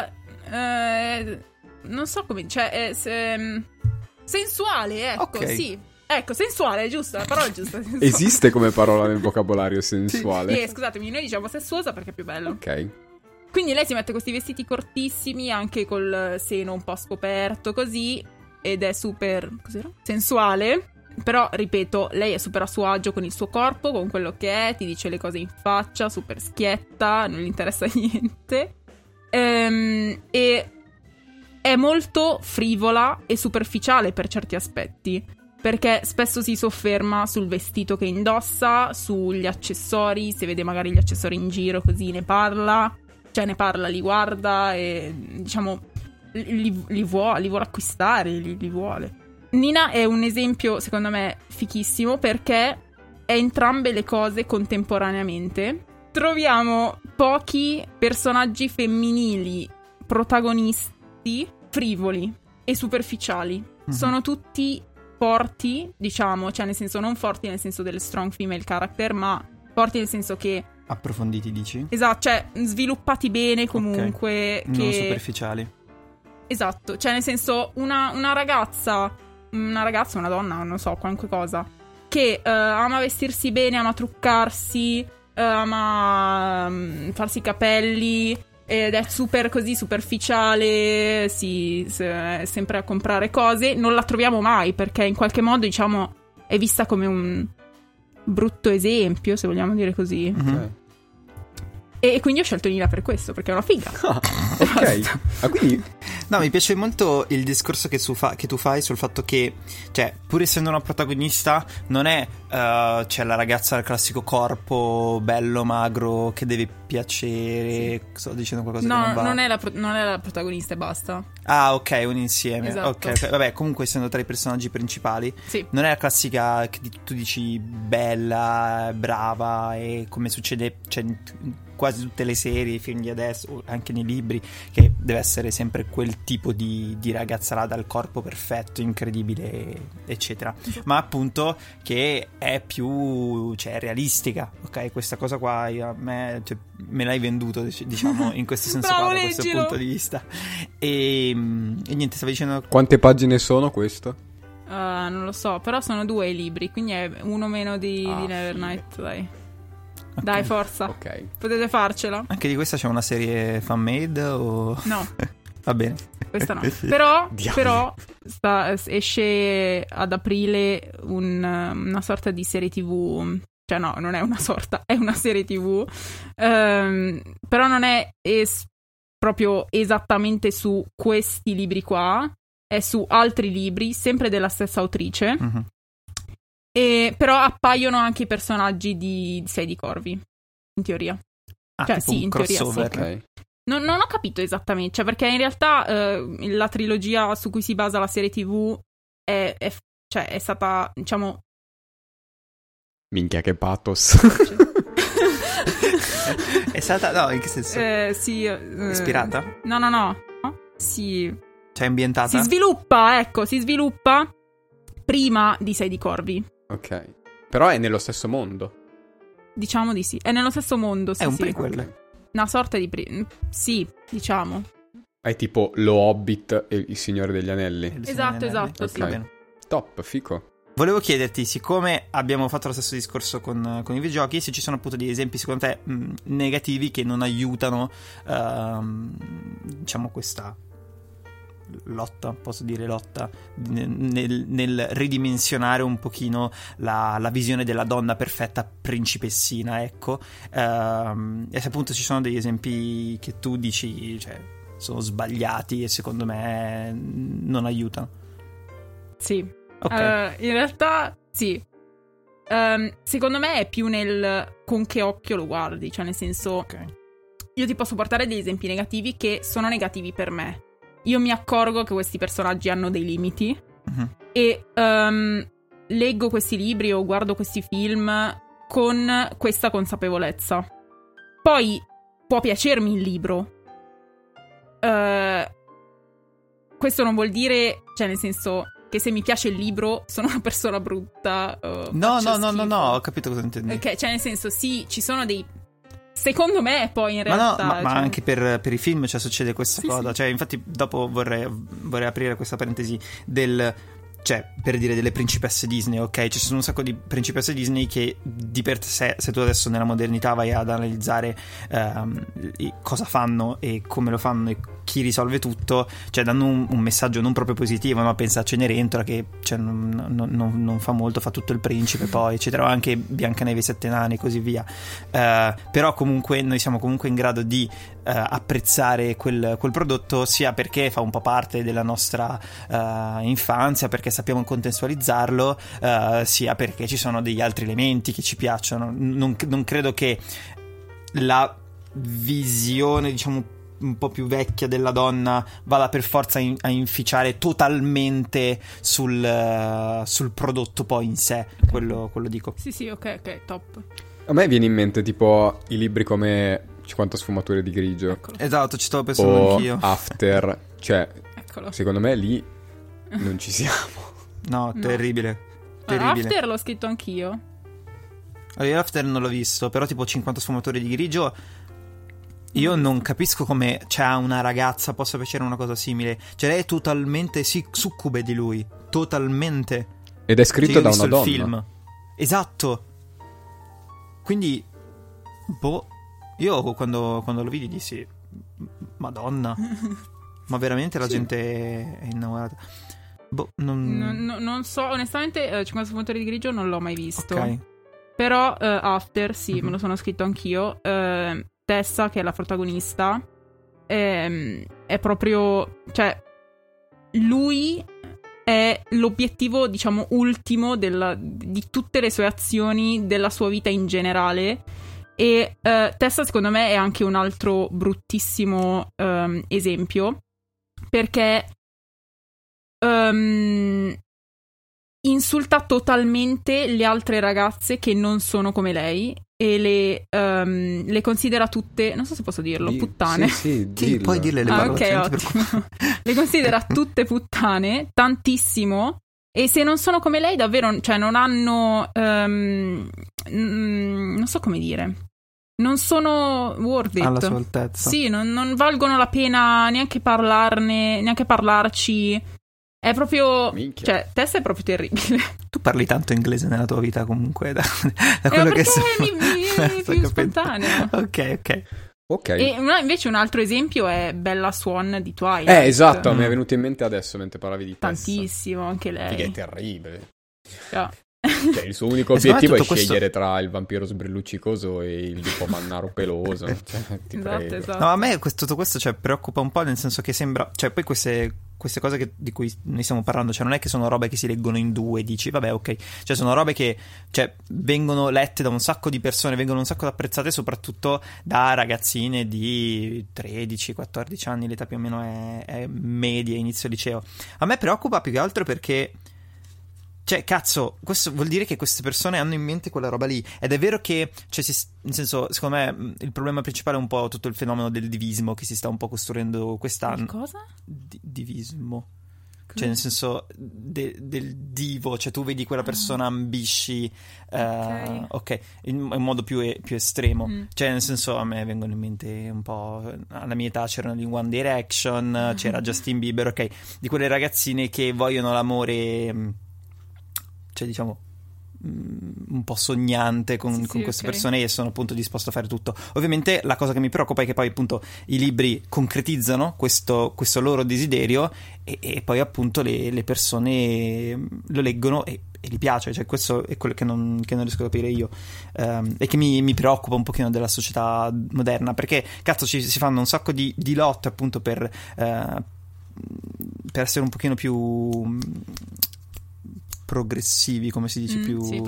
Non so come, cioè sensuale, ecco, Ok. sì. Ecco, sensuale, è giusta, la parola è giusta. sensuale. Esiste come parola nel vocabolario sensuale? Scusatemi, noi diciamo sessuosa perché è più bello. Ok. Quindi lei si mette questi vestiti cortissimi, anche col seno un po' scoperto, così, ed è super, cos'era? Sensuale. Però, ripeto, lei è super a suo agio con il suo corpo, con quello che è, ti dice le cose in faccia, super schietta, non gli interessa niente. E è molto frivola e superficiale per certi aspetti, perché spesso si sofferma sul vestito che indossa, sugli accessori, se vede magari gli accessori in giro così ne parla, li guarda e diciamo li vuole acquistare, li vuole. Nina è un esempio secondo me fichissimo perché è entrambe le cose contemporaneamente. Troviamo pochi personaggi femminili protagonisti frivoli e superficiali. Sono tutti forti, diciamo, cioè nel senso non forti nel senso delle strong female character, ma forti nel senso che approfonditi, dici? esatto, cioè sviluppati bene comunque, okay. Non superficiali. Esatto, cioè nel senso una ragazza, una donna, non so, qualunque cosa, che ama vestirsi bene, ama truccarsi, ama farsi i capelli ed è super così superficiale, è sempre a comprare cose, non la troviamo mai perché in qualche modo, diciamo, è vista come un brutto esempio, se vogliamo dire così. E quindi ho scelto Nina per questo, perché è una figa. Ok. Quindi no, mi piace molto il discorso che tu fai sul fatto che, cioè, pur essendo una protagonista, non è cioè la ragazza del classico corpo bello, magro, che deve piacere. Sì. Sto dicendo qualcosa che non va. Non è la protagonista e basta. Ah, ok, un insieme. Esatto. Ok. Vabbè, comunque essendo tra i personaggi principali, sì. Non è la classica che tu dici bella, brava, e come succede, cioè, quasi tutte le serie, i film di adesso, anche nei libri, che deve essere sempre quel tipo di ragazza là dal corpo perfetto, incredibile, eccetera. Ma appunto che è più, cioè, realistica, ok? Questa cosa qua a me, cioè, me l'hai venduto, diciamo, in questo senso qua, da questo punto di vista. E niente, stavi dicendo... Quante pagine sono questo? Non lo so, però sono 2 i libri, quindi è uno meno di Nevernight, dai. Okay. Dai, forza. Ok. Potete farcela. Anche di questa c'è una serie fan-made o... No. Va bene. Questa no. Però esce ad aprile una sorta di serie TV. Cioè no, non è una sorta, è una serie TV. Però non è proprio esattamente su questi libri qua. È su altri libri, sempre della stessa autrice. Mm-hmm. Però appaiono anche i personaggi di Sei di Corvi, in teoria. Cioè sì, in teoria sì. Okay. Non ho capito esattamente, cioè perché in realtà la trilogia su cui si basa la serie TV è stata, diciamo... Minchia, che pathos. È stata... No, in che senso? Sì. Ispirata? No. Sì. Cioè ambientata? Si sviluppa prima di Sei di Corvi. Ok. Però è nello stesso mondo. Diciamo di sì. È nello stesso mondo, sì. È un sì. prequel. Okay. Una sorta di... Sì, diciamo. È tipo Lo Hobbit e Il Signore degli Anelli. Esatto, okay. sì. Top, fico. Volevo chiederti, siccome abbiamo fatto lo stesso discorso con i videogiochi, se ci sono appunto degli esempi secondo te negativi che non aiutano, diciamo, questa... lotta nel ridimensionare un pochino la visione della donna perfetta principessina, ecco, e se appunto ci sono degli esempi che tu dici, cioè, sono sbagliati e secondo me non aiutano. Sì. Okay. In realtà sì. Secondo me è più nel con che occhio lo guardi, cioè nel senso, okay. Io ti posso portare degli esempi negativi che sono negativi per me. Io mi accorgo che questi personaggi hanno dei limiti, uh-huh. E leggo questi libri o guardo questi film con questa consapevolezza. Poi può piacermi il libro. Questo non vuol dire, cioè nel senso che se mi piace il libro sono una persona brutta. No, ho capito cosa intendi. Ok, cioè nel senso sì, ci sono dei... Secondo me poi in realtà... Ma anche per i film, cioè, succede questa cosa. Sì. Cioè, infatti dopo vorrei aprire questa parentesi del... cioè, per dire, delle principesse Disney, ok? Ci sono un sacco di principesse Disney che di per sé, se tu adesso nella modernità vai ad analizzare cosa fanno e come lo fanno e chi risolve tutto, cioè danno un messaggio non proprio positivo, no? Pensa a Cenerentola che cioè, non fa molto, fa tutto il principe poi, eccetera, anche Biancaneve e i Sette Nani e così via. Però comunque noi siamo comunque in grado di apprezzare quel prodotto, sia perché fa un po' parte della nostra infanzia, perché sappiamo contestualizzarlo, sia perché ci sono degli altri elementi che ci piacciono. Non credo che la visione, diciamo, un po' più vecchia della donna vada per forza a inficiare totalmente sul prodotto poi in sé, quello dico. Sì, ok, top. A me viene in mente tipo i libri come 50 sfumature di grigio. Eccolo. Esatto, ci stavo pensando o anch'io. After, cioè Eccolo. secondo me lì non ci siamo. No, terribile. After l'ho scritto anch'io. Allora, io After non l'ho visto, però tipo 50 sfumature di grigio io non capisco come a una ragazza possa piacere una cosa simile. Cioè lei è totalmente succube di lui, totalmente. Ed è scritto Cioè, da io ho una visto donna. il film. Esatto. Quindi io quando lo vidi dissi Madonna. Ma veramente la gente è innamorata. Non so, onestamente 50 sfumature di grigio non l'ho mai visto. Ok. Però After, sì, me lo sono scritto anch'io. Tessa, che è la protagonista, è proprio, cioè, lui è l'obiettivo, diciamo, ultimo di tutte le sue azioni, della sua vita in generale. E Tessa, secondo me, è anche un altro bruttissimo esempio, perché insulta totalmente le altre ragazze che non sono come lei e le considera tutte, non so se posso dirlo, puttane. Sì, puoi dirle le parole. Ok, ottimo. Le considera tutte puttane, tantissimo, e se non sono come lei davvero, cioè non hanno non so come dire, non sono worth it. Alla sua altezza. Sì, non valgono la pena neanche parlarne, neanche parlarci. È proprio, minchia. Cioè, Tessa è proprio terribile. Tu parli tanto inglese nella tua vita comunque, da quello che so. È più spontaneo. Ok. E invece un altro esempio è Bella Swan di Twilight. Esatto, mi è venuto in mente adesso mentre parlavi di Tessa. Tantissimo, anche lei. Che è terribile. Yeah. Cioè, il suo unico obiettivo è questo... scegliere tra il vampiro sbrilluccicoso e il lupo mannaro peloso. Cioè, ti prego. Esatto. No, a me tutto questo preoccupa un po', nel senso che sembra, cioè poi queste cose di cui noi stiamo parlando, cioè non è che sono robe che si leggono in due, dici vabbè ok, cioè sono robe che vengono lette da un sacco di persone, vengono un sacco apprezzate soprattutto da ragazzine di 13-14 anni, l'età più o meno è media, inizio liceo. A me preoccupa più che altro perché, cioè, cazzo, questo vuol dire che queste persone hanno in mente quella roba lì. Ed è vero che, cioè, nel senso, secondo me il problema principale è un po' tutto il fenomeno del divismo che si sta un po' costruendo quest'anno. Cosa? Divismo. Cioè, nel senso del divo, cioè tu vedi quella persona, ambisci, ok, in modo più estremo. Cioè, nel senso, a me vengono in mente un po', alla mia età c'erano gli One Direction, c'era Justin Bieber, ok, di quelle ragazzine che vogliono l'amore, cioè diciamo un po' sognante con queste persone, e sono appunto disposto a fare tutto. Ovviamente la cosa che mi preoccupa è che poi appunto i libri concretizzano questo loro desiderio e poi appunto le persone lo leggono e gli piace. Cioè questo è quello che non riesco a capire io, e che mi preoccupa un pochino della società moderna, perché cazzo si fanno un sacco di lotte appunto per essere un pochino più progressivi, come si dice, più sì,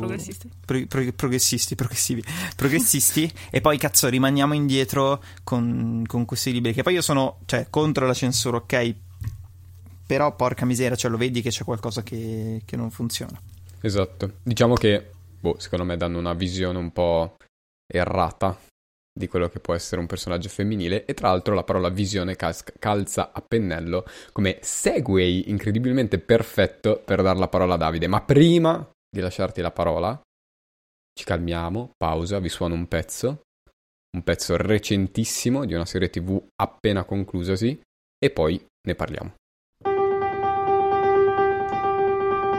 progressisti e poi cazzo rimaniamo indietro con questi libri, che poi io sono, cioè, contro la censura, ok, però porca misera, cioè lo vedi che c'è qualcosa che non funziona. Esatto, diciamo che secondo me danno una visione un po' errata di quello che può essere un personaggio femminile, e tra l'altro la parola visione calza a pennello come segue incredibilmente perfetto per dare la parola a Davide. Ma prima di lasciarti la parola ci calmiamo, pausa, vi suono un pezzo recentissimo di una serie TV appena conclusasi e poi ne parliamo.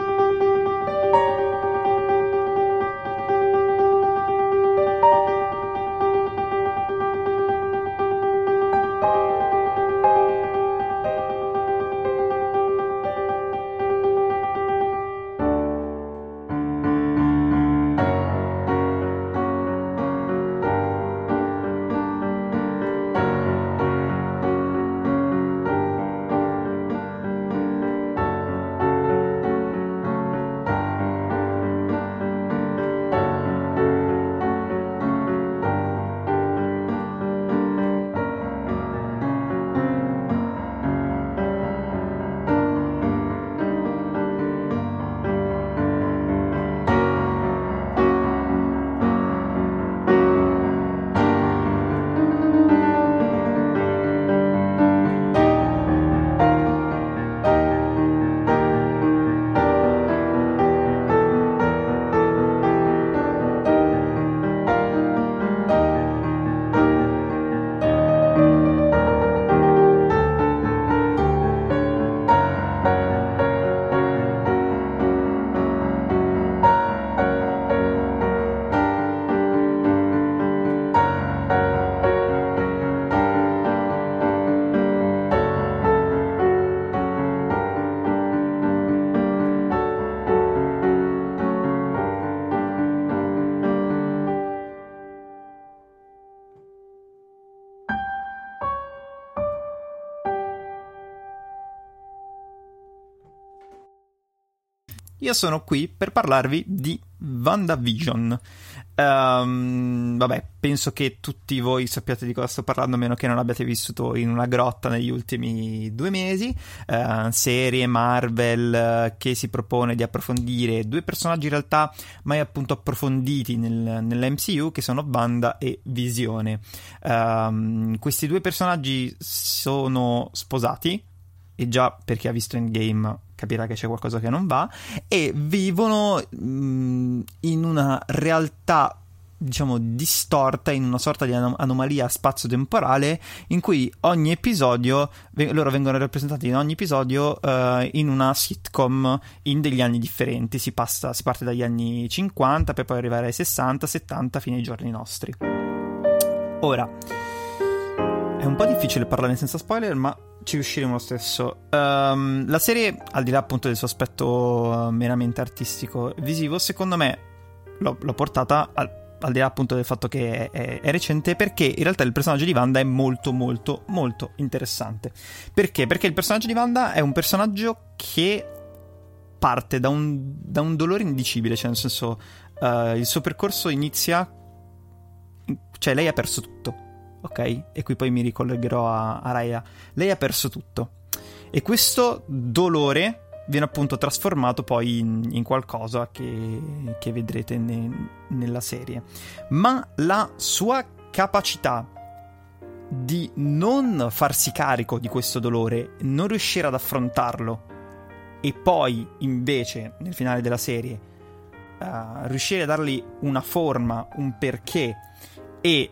io sono qui per parlarvi di WandaVision. Vabbè, penso che tutti voi sappiate di cosa sto parlando, a meno che non abbiate vissuto in una grotta negli ultimi 2 mesi. Serie Marvel che si propone di approfondire 2 personaggi in realtà mai appunto approfonditi nell'MCU, che sono Wanda e Visione. Questi 2 personaggi sono sposati, e già per chi ha visto Endgame capirà che c'è qualcosa che non va, e vivono in una realtà, diciamo, distorta, in una sorta di anomalia spazio-temporale, in cui ogni episodio, loro vengono rappresentati in ogni episodio in una sitcom in degli anni differenti. Si parte dagli anni 50 per poi arrivare ai 60, 70 fino ai giorni nostri. Ora, è un po' difficile parlare senza spoiler, ma ci riusciremo lo stesso. La serie, al di là appunto del suo aspetto meramente artistico e visivo, secondo me l'ho portata al di là appunto del fatto che è recente, perché in realtà il personaggio di Wanda è molto molto molto interessante. Perché? Perché il personaggio di Wanda è un personaggio che parte da un dolore indicibile, cioè nel senso il suo percorso inizia, cioè lei ha perso tutto, ok? E qui poi mi ricollegherò a Raya. Lei ha perso tutto, e questo dolore viene appunto trasformato poi in qualcosa che vedrete nella serie. Ma la sua capacità di non farsi carico di questo dolore, non riuscire ad affrontarlo, e poi invece nel finale della serie riuscire a dargli una forma, un perché e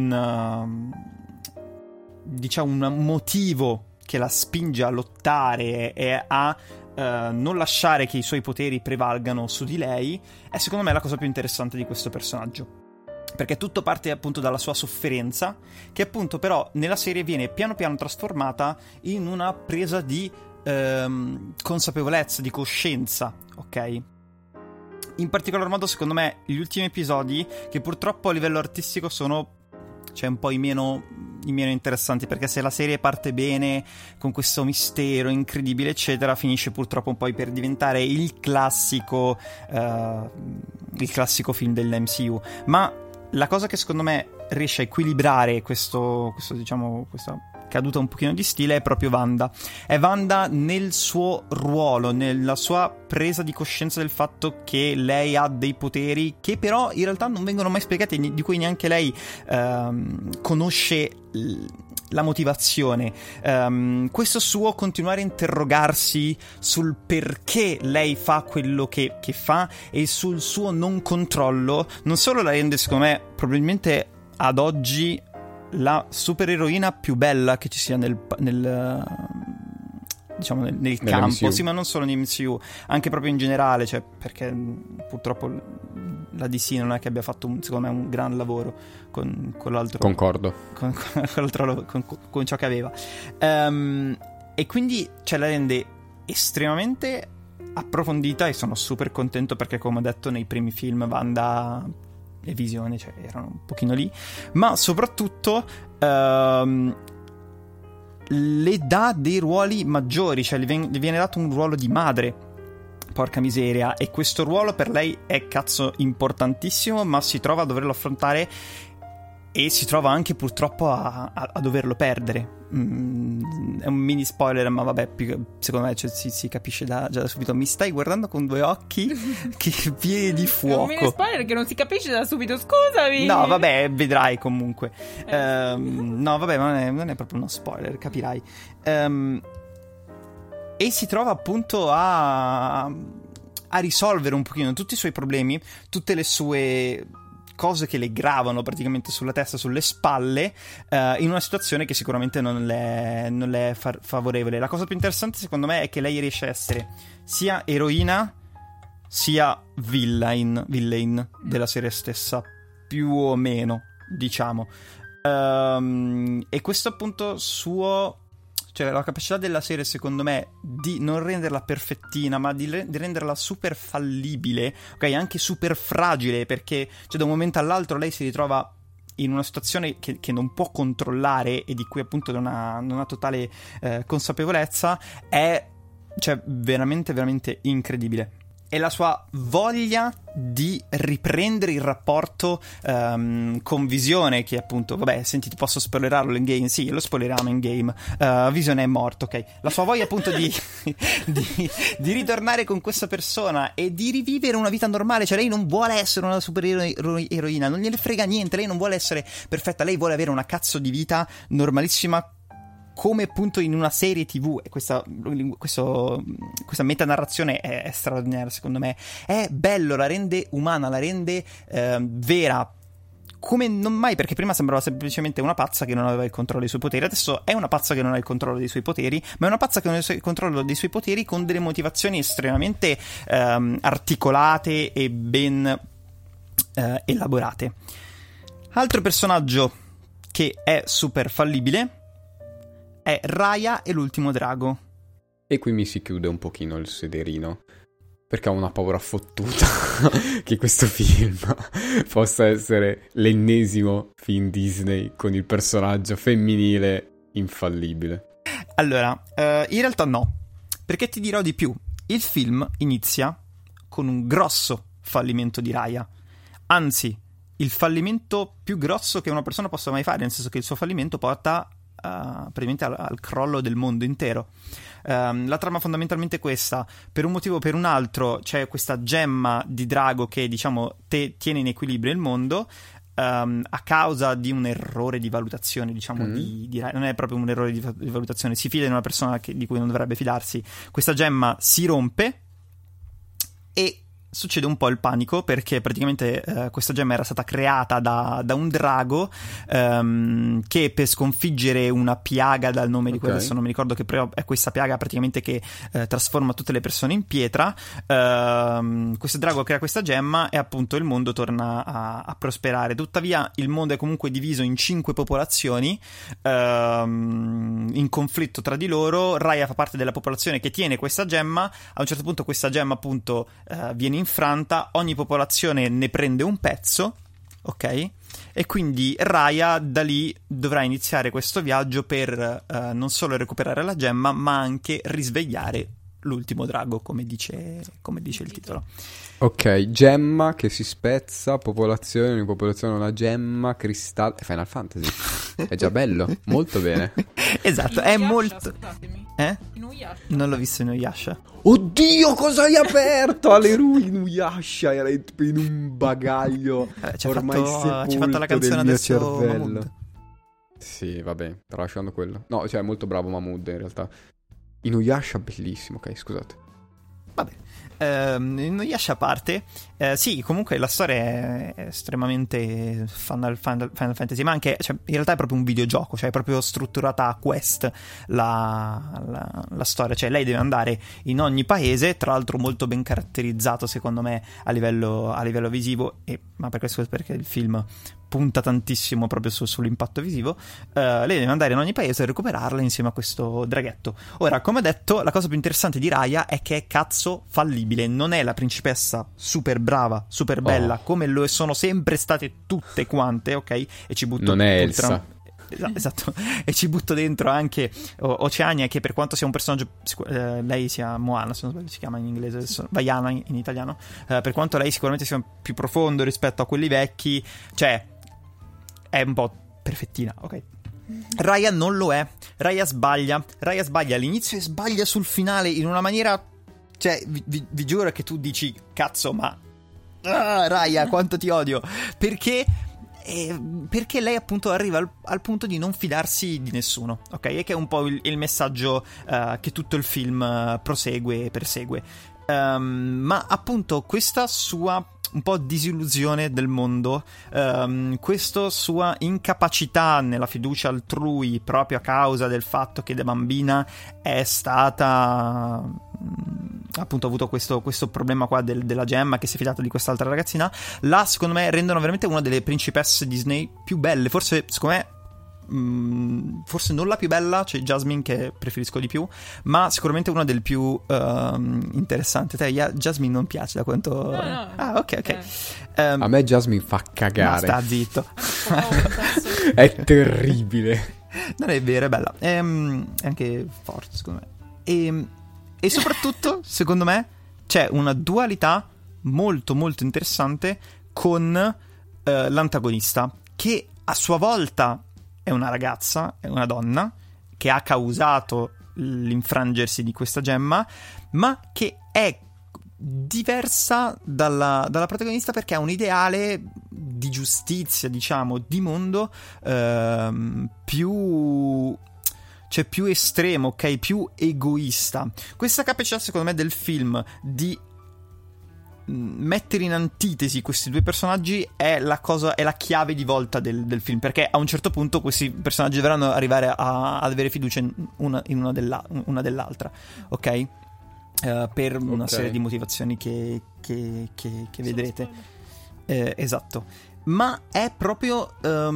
diciamo un motivo che la spinge a lottare e a non lasciare che i suoi poteri prevalgano su di lei, è secondo me la cosa più interessante di questo personaggio. Perché tutto parte appunto dalla sua sofferenza, che appunto però nella serie viene piano piano trasformata in una presa di consapevolezza, di coscienza, ok? In particolar modo secondo me gli ultimi episodi, che purtroppo a livello artistico sono, cioè, un po' i meno interessanti, perché se la serie parte bene con questo mistero incredibile eccetera, finisce purtroppo un po' per diventare il classico film dell'MCU. Ma la cosa che secondo me riesce a equilibrare questo diciamo, questa caduta un pochino di stile è proprio Wanda. È Wanda nel suo ruolo, nella sua presa di coscienza del fatto che lei ha dei poteri che però in realtà non vengono mai spiegati, di cui neanche lei conosce la motivazione. Questo suo continuare a interrogarsi sul perché lei fa quello che fa e sul suo non controllo non solo la rende, secondo me, probabilmente ad oggi la supereroina più bella che ci sia nel campo, sì, ma non solo in MCU, anche proprio in generale, cioè, perché purtroppo la DC non è che abbia fatto secondo me un gran lavoro con l'altro. Concordo. Con ciò che aveva, e quindi la rende estremamente approfondita, e sono super contento perché, come ho detto, nei primi film Wanda e Visione, cioè, erano un pochino lì, ma soprattutto le dà dei ruoli maggiori, cioè le viene dato un ruolo di madre, porca miseria, e questo ruolo per lei è cazzo importantissimo, ma si trova a doverlo affrontare e si trova anche purtroppo a doverlo perdere. È un mini spoiler, ma vabbè, secondo me si capisce già da subito. Mi stai guardando con 2 occhi che pieni di fuoco. È un mini spoiler che non si capisce da subito, scusami. No, vabbè, vedrai comunque. No, vabbè, non è proprio uno spoiler, capirai. E si trova appunto a risolvere un pochino tutti i suoi problemi, tutte le sue cose che le gravano praticamente sulla testa, sulle spalle, in una situazione che sicuramente non le è favorevole. La cosa più interessante secondo me è che lei riesce a essere sia eroina sia villain della serie stessa, più o meno, diciamo. E questo appunto cioè la capacità della serie secondo me di non renderla perfettina, ma di renderla super fallibile, ok, anche super fragile, perché da un momento all'altro lei si ritrova in una situazione che non può controllare e di cui appunto non ha totale consapevolezza, è veramente veramente incredibile. è la sua voglia di riprendere il rapporto con Visione, che appunto, vabbè, senti, ti posso spoilerarlo in game? Sì, lo spoileriamo in game. Visione è morto, ok? La sua voglia appunto di ritornare con questa persona e di rivivere una vita normale, cioè lei non vuole essere una supereroina, non gliene frega niente, lei non vuole essere perfetta, lei vuole avere una cazzo di vita normalissima, come appunto in una serie TV. E questa metanarrazione è straordinaria, secondo me. È bello, la rende umana, la rende vera, come non mai, perché prima sembrava semplicemente una pazza che non aveva il controllo dei suoi poteri. Adesso è una pazza che non ha il controllo dei suoi poteri, ma è una pazza che non ha il controllo dei suoi poteri, con delle motivazioni estremamente articolate e ben elaborate. Altro personaggio che è super fallibile è Raya e l'ultimo drago. E qui mi si chiude un pochino il sederino, perché ho una paura fottuta che questo film possa essere l'ennesimo film Disney con il personaggio femminile infallibile. Allora, in realtà no, perché ti dirò di più. Il film inizia con un grosso fallimento di Raya, anzi, il fallimento più grosso che una persona possa mai fare, nel senso che il suo fallimento porta praticamente al crollo del mondo intero. La trama fondamentalmente è questa: per un motivo o per un altro c'è questa gemma di drago che, diciamo, tiene in equilibrio il mondo, a causa di un errore di valutazione, diciamo, non è proprio un errore di valutazione, si fida di una persona di cui non dovrebbe fidarsi. Questa gemma si rompe e succede un po' il panico, perché praticamente questa gemma era stata creata da un drago che, per sconfiggere una piaga dal nome di cui adesso non mi ricordo, che però è questa piaga praticamente che trasforma tutte le persone in pietra. Questo drago crea questa gemma e appunto il mondo torna a prosperare. Tuttavia il mondo è comunque diviso in 5 popolazioni in conflitto tra di loro. Raya fa parte della popolazione che tiene questa gemma. A un certo punto questa gemma appunto viene infranta, ogni popolazione ne prende un pezzo, ok? E quindi Raya da lì dovrà iniziare questo viaggio per non solo recuperare la gemma, ma anche risvegliare l'ultimo drago, come dice il titolo. Ok, gemma che si spezza, popolazione, ogni popolazione una gemma, cristallo. Final Fantasy. È già bello, molto bene. Esatto, è molto... Non l'ho visto in Inuyasha. Oddio, cosa hai aperto? Aleluia, Inuyasha era tipo in un bagaglio ormai sepolto ci ha fatto la canzone del mio adesso cervello. Mahmood. Sì, vabbè, tralasciando quello. No, cioè è molto bravo Mahmood in realtà. Inuyasha bellissimo, ok, scusate. Vabbè, Inuyasha a parte, sì, comunque la storia è estremamente Final Fantasy, ma anche, cioè, in realtà è proprio un videogioco, cioè è proprio strutturata a quest la storia, cioè lei deve andare in ogni paese, tra l'altro molto ben caratterizzato secondo me a livello visivo, ma per questo, perché il film punta tantissimo proprio sull'impatto visivo. Lei deve andare in ogni paese e recuperarla insieme a questo draghetto. Ora, come ho detto, la cosa più interessante di Raya è che è cazzo fallibile. Non è la principessa super brava, super bella, come lo sono sempre state tutte quante, ok? E ci butto non è Elsa. Esatto, e ci butto dentro anche Oceania, che per quanto sia un personaggio, lei sia Moana, se non sbaglio si chiama in inglese, Vaiana in italiano, per quanto lei sicuramente sia più profondo rispetto a quelli vecchi, cioè è un po' perfettina, ok? Raya non lo è. Raya sbaglia all'inizio e sbaglia sul finale in una maniera, cioè vi giuro che tu dici cazzo, ma Raya quanto ti odio, perché lei appunto arriva al punto di non fidarsi di nessuno, ok? E che è un po' il messaggio che tutto il film prosegue e persegue, ma appunto questa sua un po' disillusione del mondo, questa sua incapacità nella fiducia altrui proprio a causa del fatto che da bambina è stata appunto ha avuto questo problema qua della gemma, che si è fidata di quest'altra ragazzina, secondo me rendono veramente una delle principesse Disney più belle, forse secondo me forse non la più bella, c'è Jasmine che preferisco di più, ma sicuramente una delle più interessanti. Te Jasmine non piace da quanto... No. Ah, ok. A me Jasmine fa cagare. No, sta zitto. È terribile. Non è vero, è bella, è anche forte secondo me, e soprattutto secondo me c'è una dualità molto molto interessante con l'antagonista, che a sua volta è una ragazza, è una donna che ha causato l'infrangersi di questa gemma, ma che è diversa dalla protagonista perché ha un ideale di giustizia, diciamo, di mondo più estremo, ok? Più egoista. Questa capacità, secondo me, del film di mettere in antitesi questi due personaggi è la chiave di volta del film, perché a un certo punto questi personaggi dovranno arrivare ad avere fiducia in una dell'altra, ok? Per una serie di motivazioni che vedrete. Esatto. Ma è proprio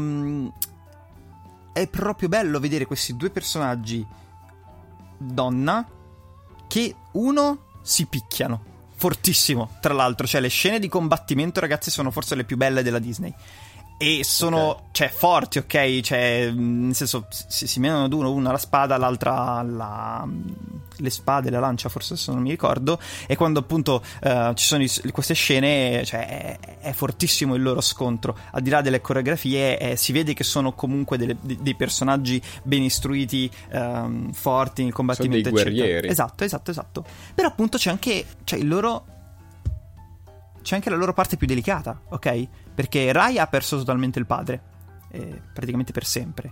bello vedere questi due personaggi donna che uno si picchiano fortissimo, tra l'altro, cioè le scene di combattimento, ragazzi, sono forse le più belle della Disney e sono cioè forti, ok? Cioè, nel senso, si menano ad una la spada, l'altra le spade, la lancia, forse adesso non mi ricordo, e quando appunto ci sono queste scene, cioè è fortissimo il loro scontro, al di là delle coreografie, si vede che sono comunque dei personaggi ben istruiti, forti nel combattimento, sono dei guerrieri. Esatto. Però appunto c'è anche la loro parte più delicata, ok? Perché Raya ha perso totalmente il padre, praticamente per sempre.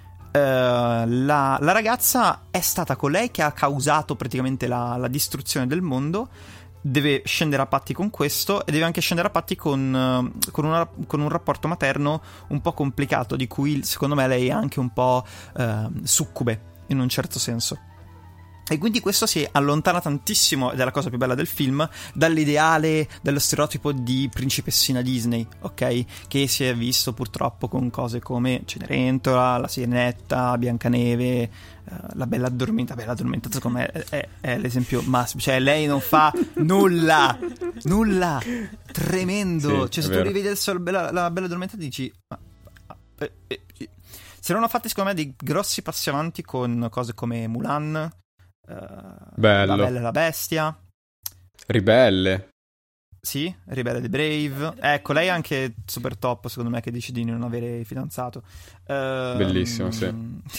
La ragazza è stata colei che ha causato praticamente la distruzione del mondo, deve scendere a patti con questo e deve anche scendere a patti con un rapporto materno un po' complicato, di cui secondo me lei è anche un po' succube, in un certo senso. E quindi questo si allontana tantissimo, ed è la cosa più bella del film, dall'ideale, dallo stereotipo di principessina Disney, ok? Che si è visto purtroppo con cose come Cenerentola, la Sirenetta, Biancaneve, la Bella Addormentata. Secondo me è l'esempio massimo. Cioè lei non fa nulla, tremendo. Sì, cioè se tu rivedi adesso la Bella Addormentata dici... Si erano fatti secondo me dei grossi passi avanti con cose come Mulan, bello. La Bella e la Bestia, Ribelle. Sì, Ribelle the Brave. Ecco, lei è anche super top, secondo me, che dice di non avere fidanzato. Bellissimo, sì.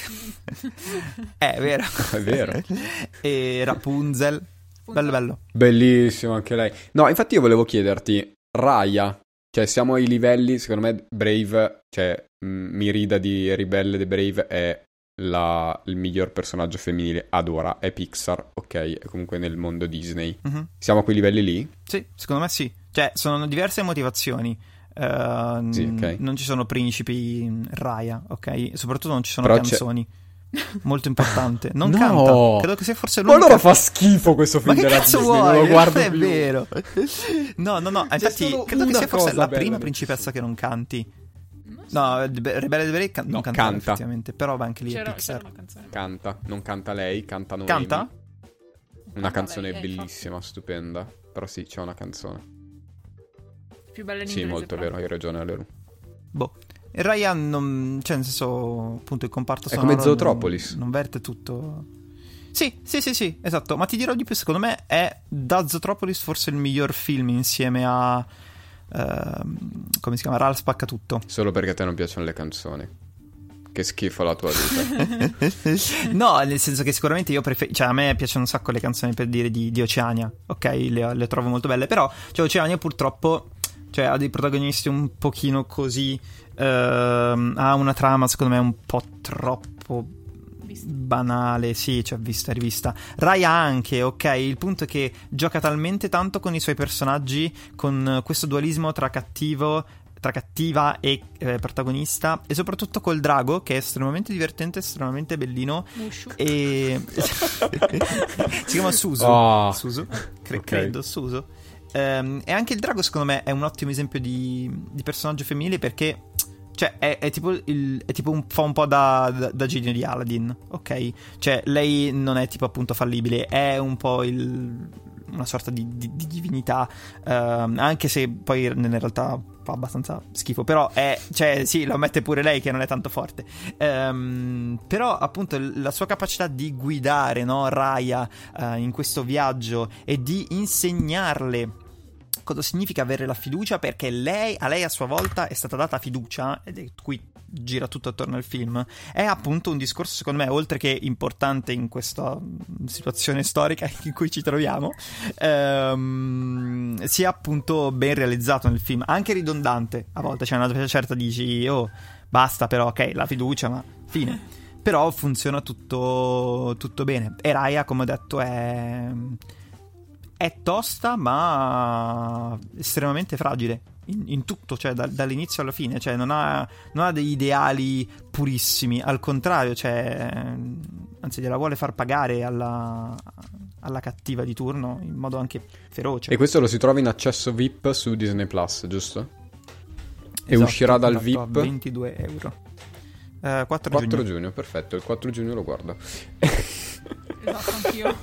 È vero. È vero. E Rapunzel. Bello. Bellissimo anche lei. No, infatti io volevo chiederti, Raya, cioè siamo ai livelli, secondo me Brave, cioè Mirida di Ribelle the Brave è il miglior personaggio femminile ad ora, è Pixar, ok, è comunque nel mondo Disney. Siamo a quei livelli lì? Sì, secondo me sì. Cioè, sono diverse motivazioni. Sì, ok. Non ci sono principi Raya, ok? Soprattutto non ci sono canzoni. Molto importante. Non canta. Credo che sia forse l'unica... Ma allora fa schifo questo film della Disney. Vuoi? Non lo guardo è più. Vero. No. Infatti, credo che sia forse la prima principessa che non canti. No, Rebelle de Brave non canta effettivamente, però va anche lì c'era Pixar. una canzone. Canta, non canta lei, canta Noemi. Canta? Una canzone lei, bellissima, stupenda. Però sì, c'è una canzone. Più bella in Sì, inglese, molto però. vero, hai ragione, Aleru. Boh. E Ryan non... cioè, nel senso, appunto, il comparto È sonoro come Zootropolis. non verte tutto... Sì, esatto. Ma ti dirò di più, secondo me è da Zootropolis forse il miglior film insieme a... come si chiama? Ralph Spaccatutto. Solo perché a te non piacciono le canzoni. Che schifo la tua vita. No, nel senso che sicuramente io cioè a me piacciono un sacco le canzoni, per dire, di Oceania, ok? Le trovo molto belle. Però cioè, Oceania purtroppo, cioè, ha dei protagonisti un pochino così, ha una trama secondo me un po' troppo banale, sì, cioè vista e rivista. Raya anche, ok, il punto è che gioca talmente tanto con i suoi personaggi, con questo dualismo tra cattiva e protagonista, e soprattutto col drago, che è estremamente divertente, estremamente bellino. Mushu. E si chiama Suzu. Credo Suzu. E anche il drago secondo me è un ottimo esempio di personaggio femminile, perché cioè è tipo fa un po' da genio di Aladdin, ok? Cioè lei non è tipo appunto fallibile, è un po' una sorta di divinità, anche se poi nella realtà fa abbastanza schifo, però cioè sì, lo ammette pure lei che non è tanto forte. Però appunto la sua capacità di guidare, no, Raya in questo viaggio e di insegnarle cosa significa avere la fiducia, perché a lei a sua volta è stata data fiducia, ed è qui gira tutto attorno al film, è appunto un discorso secondo me, oltre che importante in questa situazione storica in cui ci troviamo, sia appunto ben realizzato nel film, anche ridondante a volte, c'è una certa dici oh basta, però ok, la fiducia, ma fine. Però funziona tutto bene, e Raya, come ho detto, è tosta ma estremamente fragile in tutto, cioè dall'inizio alla fine, cioè non ha degli ideali purissimi, al contrario, cioè anzi gliela vuole far pagare alla cattiva di turno in modo anche feroce. E questo lo si trova in accesso VIP su Disney Plus, giusto? E esatto, uscirà dal VIP a 22 euro. 4 giugno, perfetto, il 4 giugno lo guardo. Esatto, anch'io.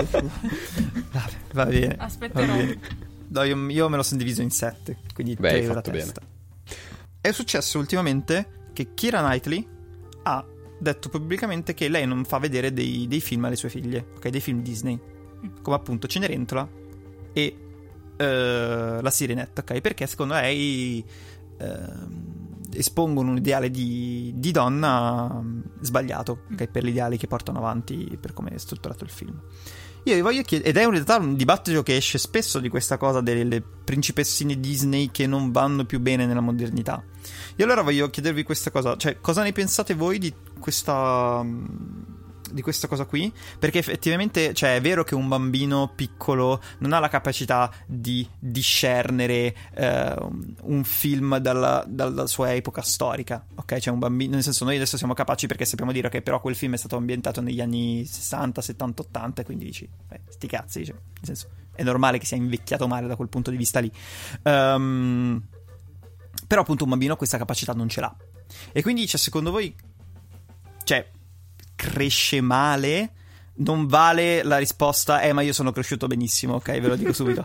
Va bene. Aspetterò. Va bene. No, io me lo sono diviso in 7, quindi 3 hai euro a fatto testa. È successo ultimamente che Keira Knightley ha detto pubblicamente che lei non fa vedere dei film alle sue figlie, ok, dei film Disney, come appunto Cenerentola e La Sirenetta, ok, perché secondo lei espongono un ideale di donna sbagliato, ok, per l'ideale che portano avanti, per come è strutturato il film. Io vi voglio chiedere, ed è in realtà un dibattito che esce spesso di questa cosa delle principessine Disney che non vanno più bene nella modernità. E allora voglio chiedervi questa cosa, cioè cosa ne pensate voi di questa cosa qui? Perché effettivamente, cioè, è vero che un bambino piccolo non ha la capacità di discernere un film dalla sua epoca storica, ok? Cioè un bambino, nel senso, noi adesso siamo capaci perché sappiamo dire che però quel film è stato ambientato negli anni 60, 70, 80 e quindi dici, sti cazzi, dice, nel senso, è normale che sia invecchiato male da quel punto di vista lì. Però appunto un bambino questa capacità non ce l'ha. E quindi, cioè, secondo voi, cioè, cresce male? Non vale la risposta ma io sono cresciuto benissimo, ok, ve lo dico subito.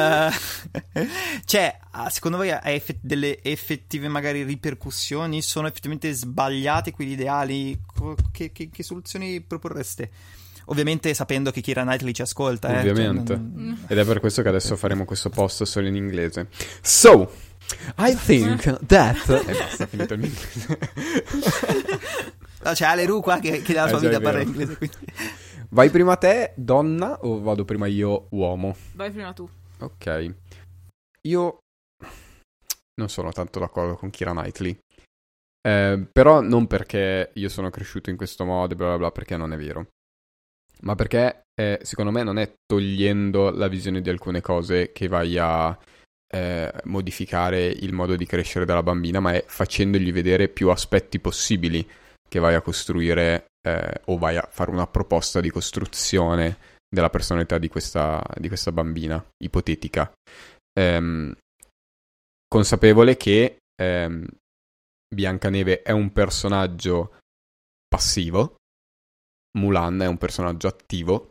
Cioè, secondo voi ha delle effettive magari ripercussioni? Sono effettivamente sbagliati quegli ideali? Che soluzioni proporreste? Ovviamente sapendo che Keira Knightley ci ascolta, ovviamente, cioè, ed è per questo che adesso faremo questo post solo in inglese. So, I think that... E basta, finito il mio inglese. No, c'è Ale Ru qua che dà la sua vita a parlare inglese, quindi... Vai prima te, donna, o vado prima io, uomo? Vai prima tu. Ok. Io non sono tanto d'accordo con Keira Knightley. Però non perché io sono cresciuto in questo modo, bla bla bla, perché non è vero. Ma perché, secondo me, non è togliendo la visione di alcune cose che vai a modificare il modo di crescere della bambina, ma è facendogli vedere più aspetti possibili che vai a costruire o vai a fare una proposta di costruzione della personalità di questa bambina ipotetica, consapevole che Biancaneve è un personaggio passivo, Mulan è un personaggio attivo,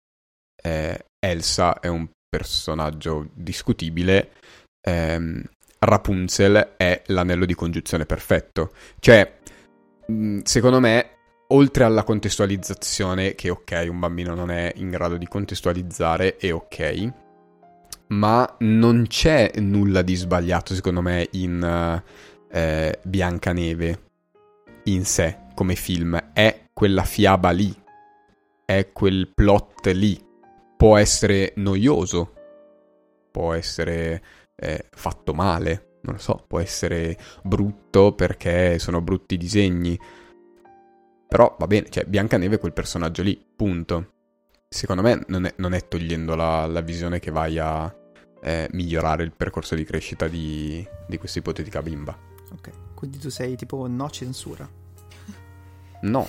Elsa è un personaggio discutibile, Rapunzel è l'anello di congiunzione perfetto. Cioè, secondo me, oltre alla contestualizzazione, che ok, un bambino non è in grado di contestualizzare, è ok, ma non c'è nulla di sbagliato, secondo me, in Biancaneve in sé, come film. È quella fiaba lì, è quel plot lì. Può essere noioso, può essere fatto male, non lo so, può essere brutto perché sono brutti i disegni, però va bene, cioè Biancaneve è quel personaggio lì, punto. Secondo me non è togliendo la visione che vai a migliorare il percorso di crescita di questa ipotetica bimba. Ok, quindi tu sei tipo no censura? No.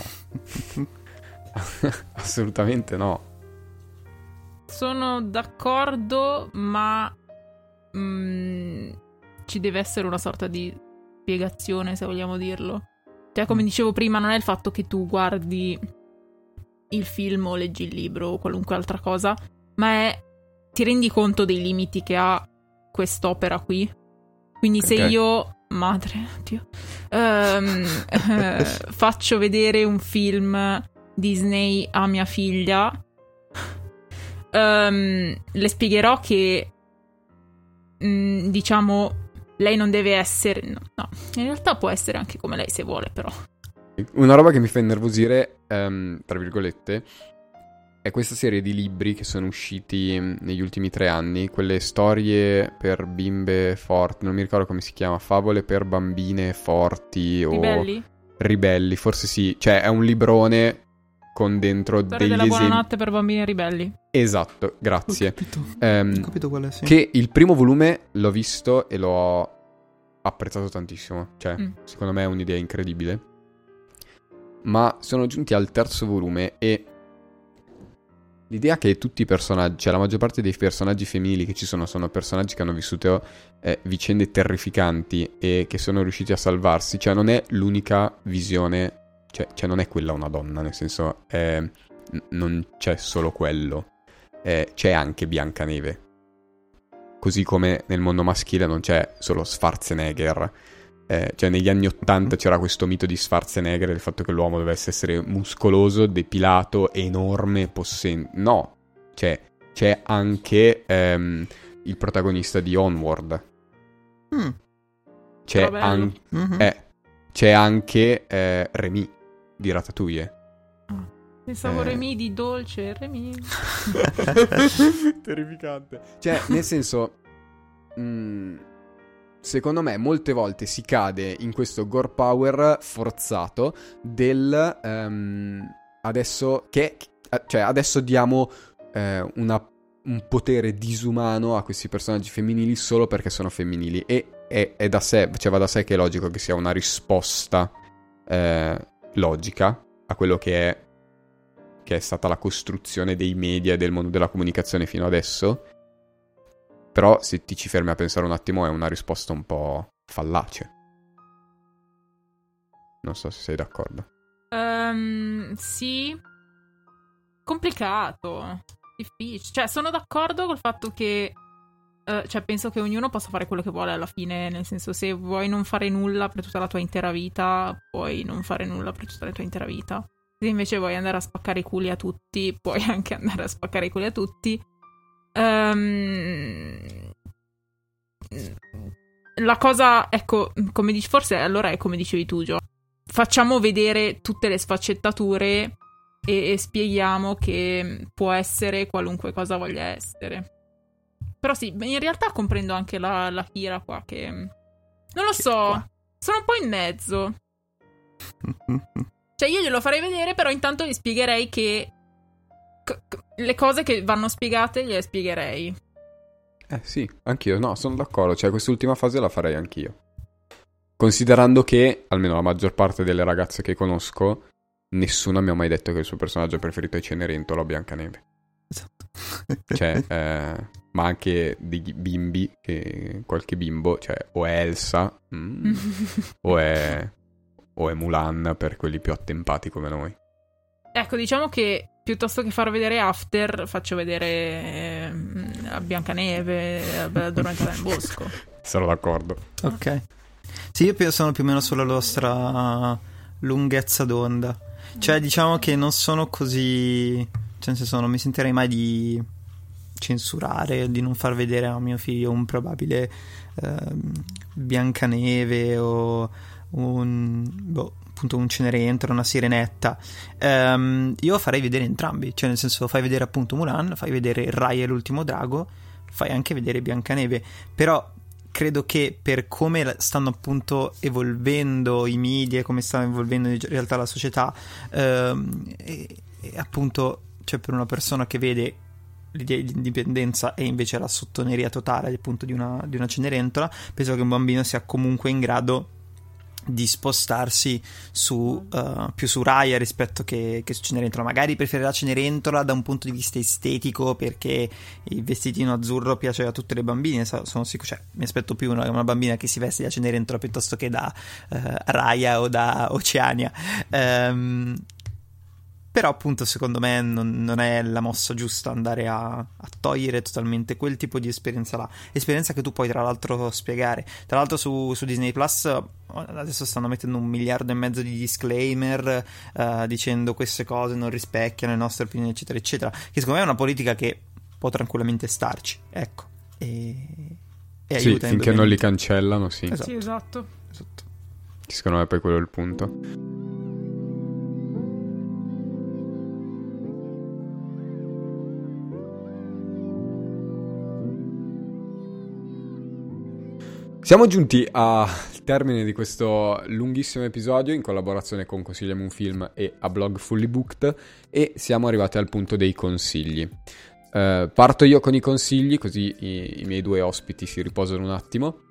Assolutamente no. Sono d'accordo, ma ci deve essere una sorta di spiegazione, se vogliamo dirlo. Cioè, come dicevo prima, non è il fatto che tu guardi il film o leggi il libro o qualunque altra cosa, ma ti rendi conto dei limiti che ha quest'opera qui Quindi se Ok. io, madre, Dio, faccio vedere un film Disney a mia figlia, le spiegherò che, diciamo, lei non deve essere... No, in realtà può essere anche come lei se vuole, però. Una roba che mi fa innervosire, tra virgolette, è questa serie di libri che sono usciti negli ultimi 3 anni, quelle storie per bimbe forti, non mi ricordo come si chiama, favole per bambine forti o Ribelli? ribelli, forse sì, cioè è un librone con dentro Storia degli della esempi. buonanotte per bambini ribelli. Esatto, grazie. Ho capito qual è, sì. Che il primo volume l'ho visto e l'ho apprezzato tantissimo, cioè secondo me è un'idea incredibile. Ma sono giunti al terzo volume e l'idea che tutti i personaggi, cioè la maggior parte dei personaggi femminili che ci sono personaggi che hanno vissuto vicende terrificanti e che sono riusciti a salvarsi, cioè non è l'unica visione, cioè non è quella una donna, nel senso non c'è solo quello, c'è anche Biancaneve. Così come nel mondo maschile non c'è solo Schwarzenegger. Cioè negli anni 80 c'era questo mito di Schwarzenegger, del fatto che l'uomo dovesse essere muscoloso, depilato, enorme, possente. No, c'è anche il protagonista di Onward. C'è, Bello. c'è anche Remy di Ratatouille. Pensavo Remy di dolce, Remy. Terrificante. Cioè, nel senso, secondo me molte volte si cade in questo gore power forzato del adesso diamo un potere disumano a questi personaggi femminili solo perché sono femminili, e è da sé, cioè va da sé che è logico che sia una risposta logica a quello che è stata la costruzione dei media e del mondo della comunicazione fino adesso. Però se ti ci fermi a pensare un attimo è una risposta un po' fallace. Non so se sei d'accordo. Sì. Complicato. Difficile. Cioè, sono d'accordo col fatto che... cioè, penso che ognuno possa fare quello che vuole alla fine. Nel senso, se vuoi non fare nulla per tutta la tua intera vita, puoi non fare nulla per tutta la tua intera vita. Se invece vuoi andare a spaccare i culi a tutti, puoi anche andare a spaccare i culi a tutti. La cosa, ecco, come dici, forse allora è come dicevi tu, Gio. Facciamo vedere tutte le sfaccettature e spieghiamo che può essere qualunque cosa voglia essere. Però sì, in realtà comprendo anche la Kira qua, che non lo so, sono un po' in mezzo. Cioè io glielo farei vedere, però intanto gli spiegherei che le cose che vanno spiegate gliele spiegherei. Sì, anch'io, no, sono d'accordo, cioè quest'ultima fase la farei anch'io. Considerando che, almeno la maggior parte delle ragazze che conosco, nessuna mi ha mai detto che il suo personaggio preferito è Cenerentola o Biancaneve. Esatto. Cioè, ma anche dei bimbi, qualche bimbo, cioè o è Elsa, o è Mulan per quelli più attempati come noi. Ecco, diciamo che piuttosto che far vedere After, faccio vedere a Biancaneve, a Bella Addormentata nel bosco. Sarò d'accordo. Ok. Sì, io sono più o meno sulla vostra lunghezza d'onda. Cioè, diciamo che non sono così... Cioè, nel senso, non mi sentirei mai di censurare, di non far vedere a mio figlio un probabile Biancaneve o appunto un Cenerentola, una Sirenetta. Io farei vedere entrambi, cioè nel senso fai vedere appunto Mulan, fai vedere Raya e l'ultimo drago, fai anche vedere Biancaneve, però credo che per come stanno appunto evolvendo i media, come sta evolvendo in realtà la società, e appunto, cioè per una persona che vede l'idea di indipendenza e invece la sottoneria totale appunto di una Cenerentola, penso che un bambino sia comunque in grado di spostarsi su più su Raya rispetto che su Cenerentola. Magari preferirà Cenerentola da un punto di vista estetico perché il vestitino azzurro piace a tutte le bambine, sono sicuro, cioè mi aspetto più una bambina che si veste da Cenerentola piuttosto che da Raya o da Oceania, Però appunto secondo me non è la mossa giusta andare a togliere totalmente quel tipo di esperienza là. Esperienza che tu puoi tra l'altro spiegare. Tra l'altro su Disney Plus adesso stanno mettendo 1,5 miliardi di disclaimer dicendo queste cose non rispecchiano le nostre opinioni eccetera eccetera. Che secondo me è una politica che può tranquillamente starci. Ecco. E sì, aiuta finché non li cancellano, sì. Esatto. Sì, esatto. Secondo me poi quello è il punto. Siamo giunti al termine di questo lunghissimo episodio in collaborazione con Consigliamo un film e a blog Fully Booked, e siamo arrivati al punto dei consigli. Parto io con i consigli, così i miei due ospiti si riposano un attimo.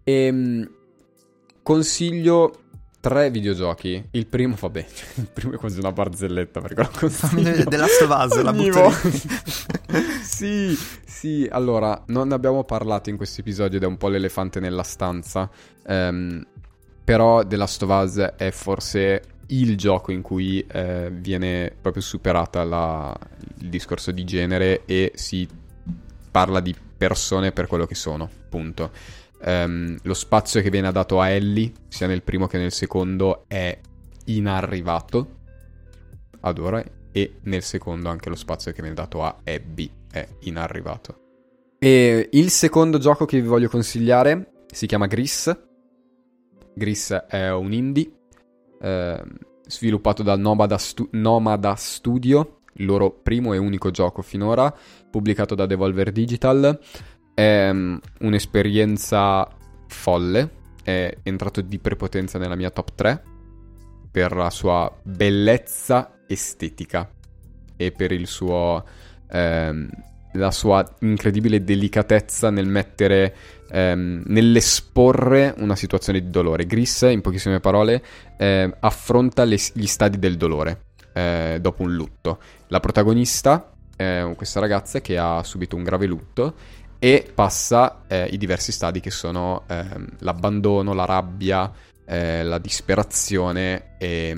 Consiglio 3 videogiochi. Il primo, vabbè, il primo è quasi una barzelletta perché lo consiglio The Last of Us, la butto lì. Sì, allora, non ne abbiamo parlato in questo episodio ed è un po' l'elefante nella stanza, però The Last of Us è forse il gioco in cui viene proprio superata il discorso di genere e si parla di persone per quello che sono, punto. Lo spazio che viene dato a Ellie, sia nel primo che nel secondo, è inarrivato ad ora, e nel secondo anche lo spazio che viene dato a Abby è inarrivato. E il secondo gioco che vi voglio consigliare si chiama Gris. Gris è un indie sviluppato dal Nomada Studio, il loro primo e unico gioco finora, pubblicato da Devolver Digital. È un'esperienza folle, è entrato di prepotenza nella mia top 3 per la sua bellezza estetica e per il suo la sua incredibile delicatezza nel mettere nell'esporre una situazione di dolore. Gris, in pochissime parole, affronta gli stadi del dolore dopo un lutto. La protagonista è questa ragazza che ha subito un grave lutto e passa i diversi stadi che sono l'abbandono, la rabbia, la disperazione e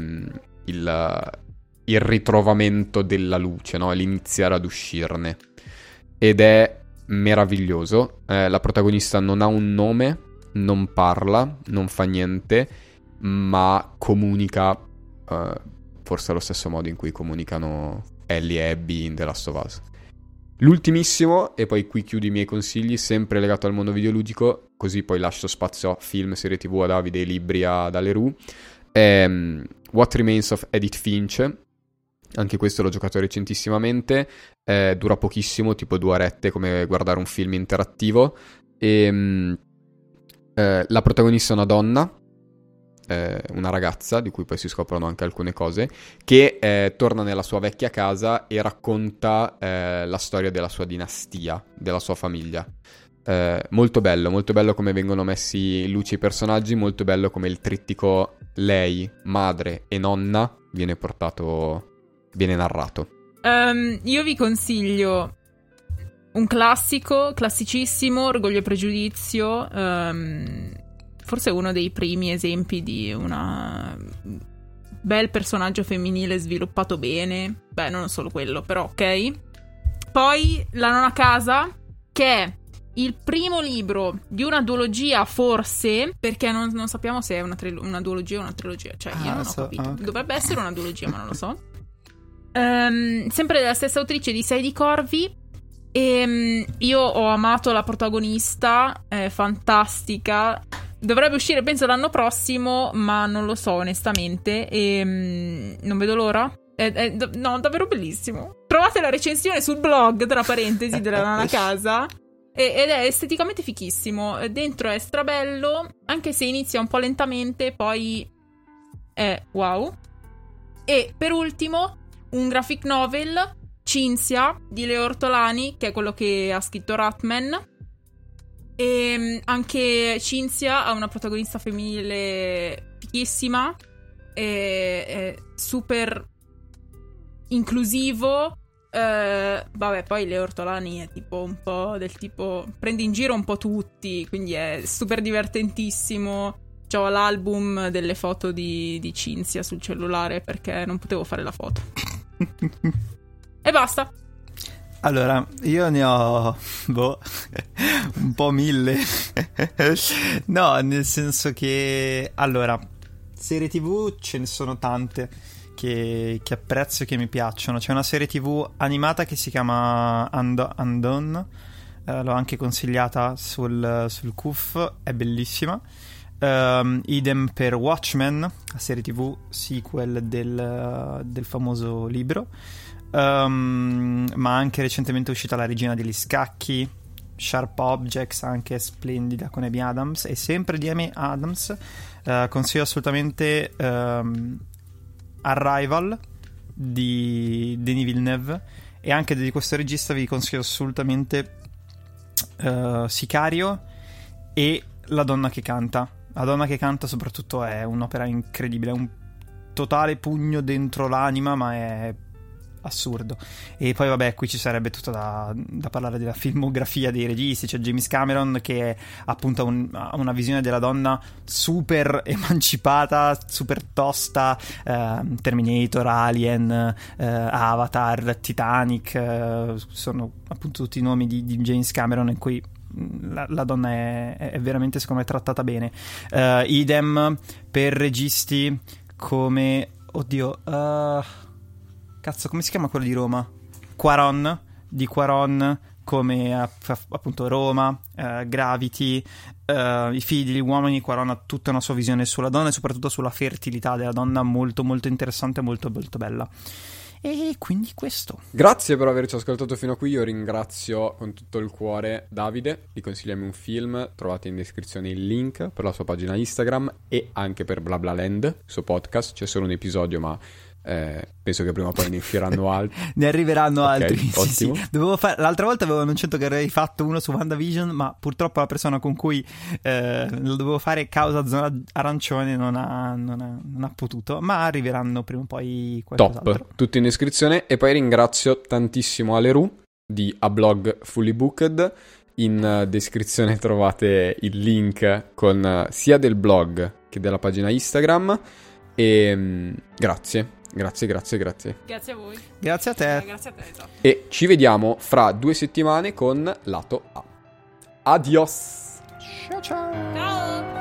il ritrovamento della luce, no? L'iniziare ad uscirne. Ed è meraviglioso. La protagonista non ha un nome, non parla, non fa niente, ma comunica forse allo stesso modo in cui comunicano Ellie e Abby in The Last of Us. L'ultimissimo, e poi qui chiudo i miei consigli, sempre legato al mondo videoludico, così poi lascio spazio a film, serie TV, a Davide, libri ad Aleru, What Remains of Edith Finch. Anche questo l'ho giocato recentissimamente, dura pochissimo, tipo 2 orette, come guardare un film interattivo. La protagonista è una donna, una ragazza, di cui poi si scoprono anche alcune cose, che torna nella sua vecchia casa e racconta la storia della sua dinastia, della sua famiglia. Molto bello come vengono messi in luce i personaggi, molto bello come il trittico lei, madre e nonna viene narrato. Io vi consiglio un classicissimo, Orgoglio e Pregiudizio, forse uno dei primi esempi di una bel personaggio femminile sviluppato bene. Beh, non solo quello, però ok. Poi La nona casa, che è il primo libro di una duologia, forse, perché non sappiamo se è una duologia o una trilogia. Cioè, io non ho capito. Okay. Dovrebbe essere una duologia, ma non lo so. Sempre della stessa autrice di Sei di Corvi. E io ho amato la protagonista, è fantastica. Dovrebbe uscire penso l'anno prossimo, ma non lo so onestamente, e non vedo l'ora. No, davvero bellissimo. Trovate la recensione sul blog, tra parentesi, della nona casa, ed è esteticamente fichissimo. Dentro è strabello, anche se inizia un po' lentamente, poi è wow. E per ultimo un graphic novel, Cinzia, di Leo Ortolani, che è quello che ha scritto Ratman. E anche Cinzia ha una protagonista femminile fichissima, è super inclusivo. Vabbè, poi Leo Ortolani è tipo un po' del tipo prende in giro un po' tutti, quindi è super divertentissimo. C'ho l'album delle foto di Cinzia sul cellulare perché non potevo fare la foto. E basta. Allora, io ne ho un po' 1000. No, nel senso che allora, serie TV ce ne sono tante che apprezzo e che mi piacciono. C'è una serie TV animata che si chiama Undone, l'ho anche consigliata sul CUF, è bellissima. Idem per Watchmen, la serie TV sequel del famoso libro. Ma anche recentemente è uscita La regina degli scacchi, Sharp Objects, anche splendida, con Amy Adams, e sempre di Amy Adams consiglio assolutamente Arrival di Denis Villeneuve, e anche di questo regista vi consiglio assolutamente Sicario e La donna che canta. La donna che canta soprattutto è un'opera incredibile, è un totale pugno dentro l'anima, ma è assurdo. E poi vabbè, qui ci sarebbe tutto da parlare della filmografia dei registi. C'è James Cameron che appunto ha una visione della donna super emancipata, super tosta, Terminator, Alien, Avatar, Titanic, sono appunto tutti i nomi di James Cameron in cui la donna è veramente, secondo me, trattata bene. Idem per registi come cazzo, come si chiama quello di Roma? Cuarón, come appunto Roma, Gravity, I figli degli uomini. Cuarón ha tutta una sua visione sulla donna e soprattutto sulla fertilità della donna, molto molto interessante, molto molto bella. E quindi questo. Grazie per averci ascoltato fino a qui. Io ringrazio con tutto il cuore Davide. Vi consigliamo un film, trovate in descrizione il link per la sua pagina Instagram e anche per BlaBlaLand, il suo podcast. C'è solo un episodio, ma penso che prima o poi ne usciranno altri. Ne arriveranno altri. Ottimo. Sì. L'altra volta avevo annunciato che avrei fatto uno su WandaVision, ma purtroppo la persona con cui lo dovevo fare, causa zona arancione, non ha potuto, ma arriveranno prima o poi qualcos'altro. Top, tutto in descrizione. E poi ringrazio tantissimo Ale Ru di A Blog Fully Booked. In descrizione trovate il link con sia del blog che della pagina Instagram. E grazie Grazie a voi. Grazie a te. Grazie a te, esatto. E ci vediamo fra 2 settimane con Lato A. Adios. Ciao ciao. Ciao.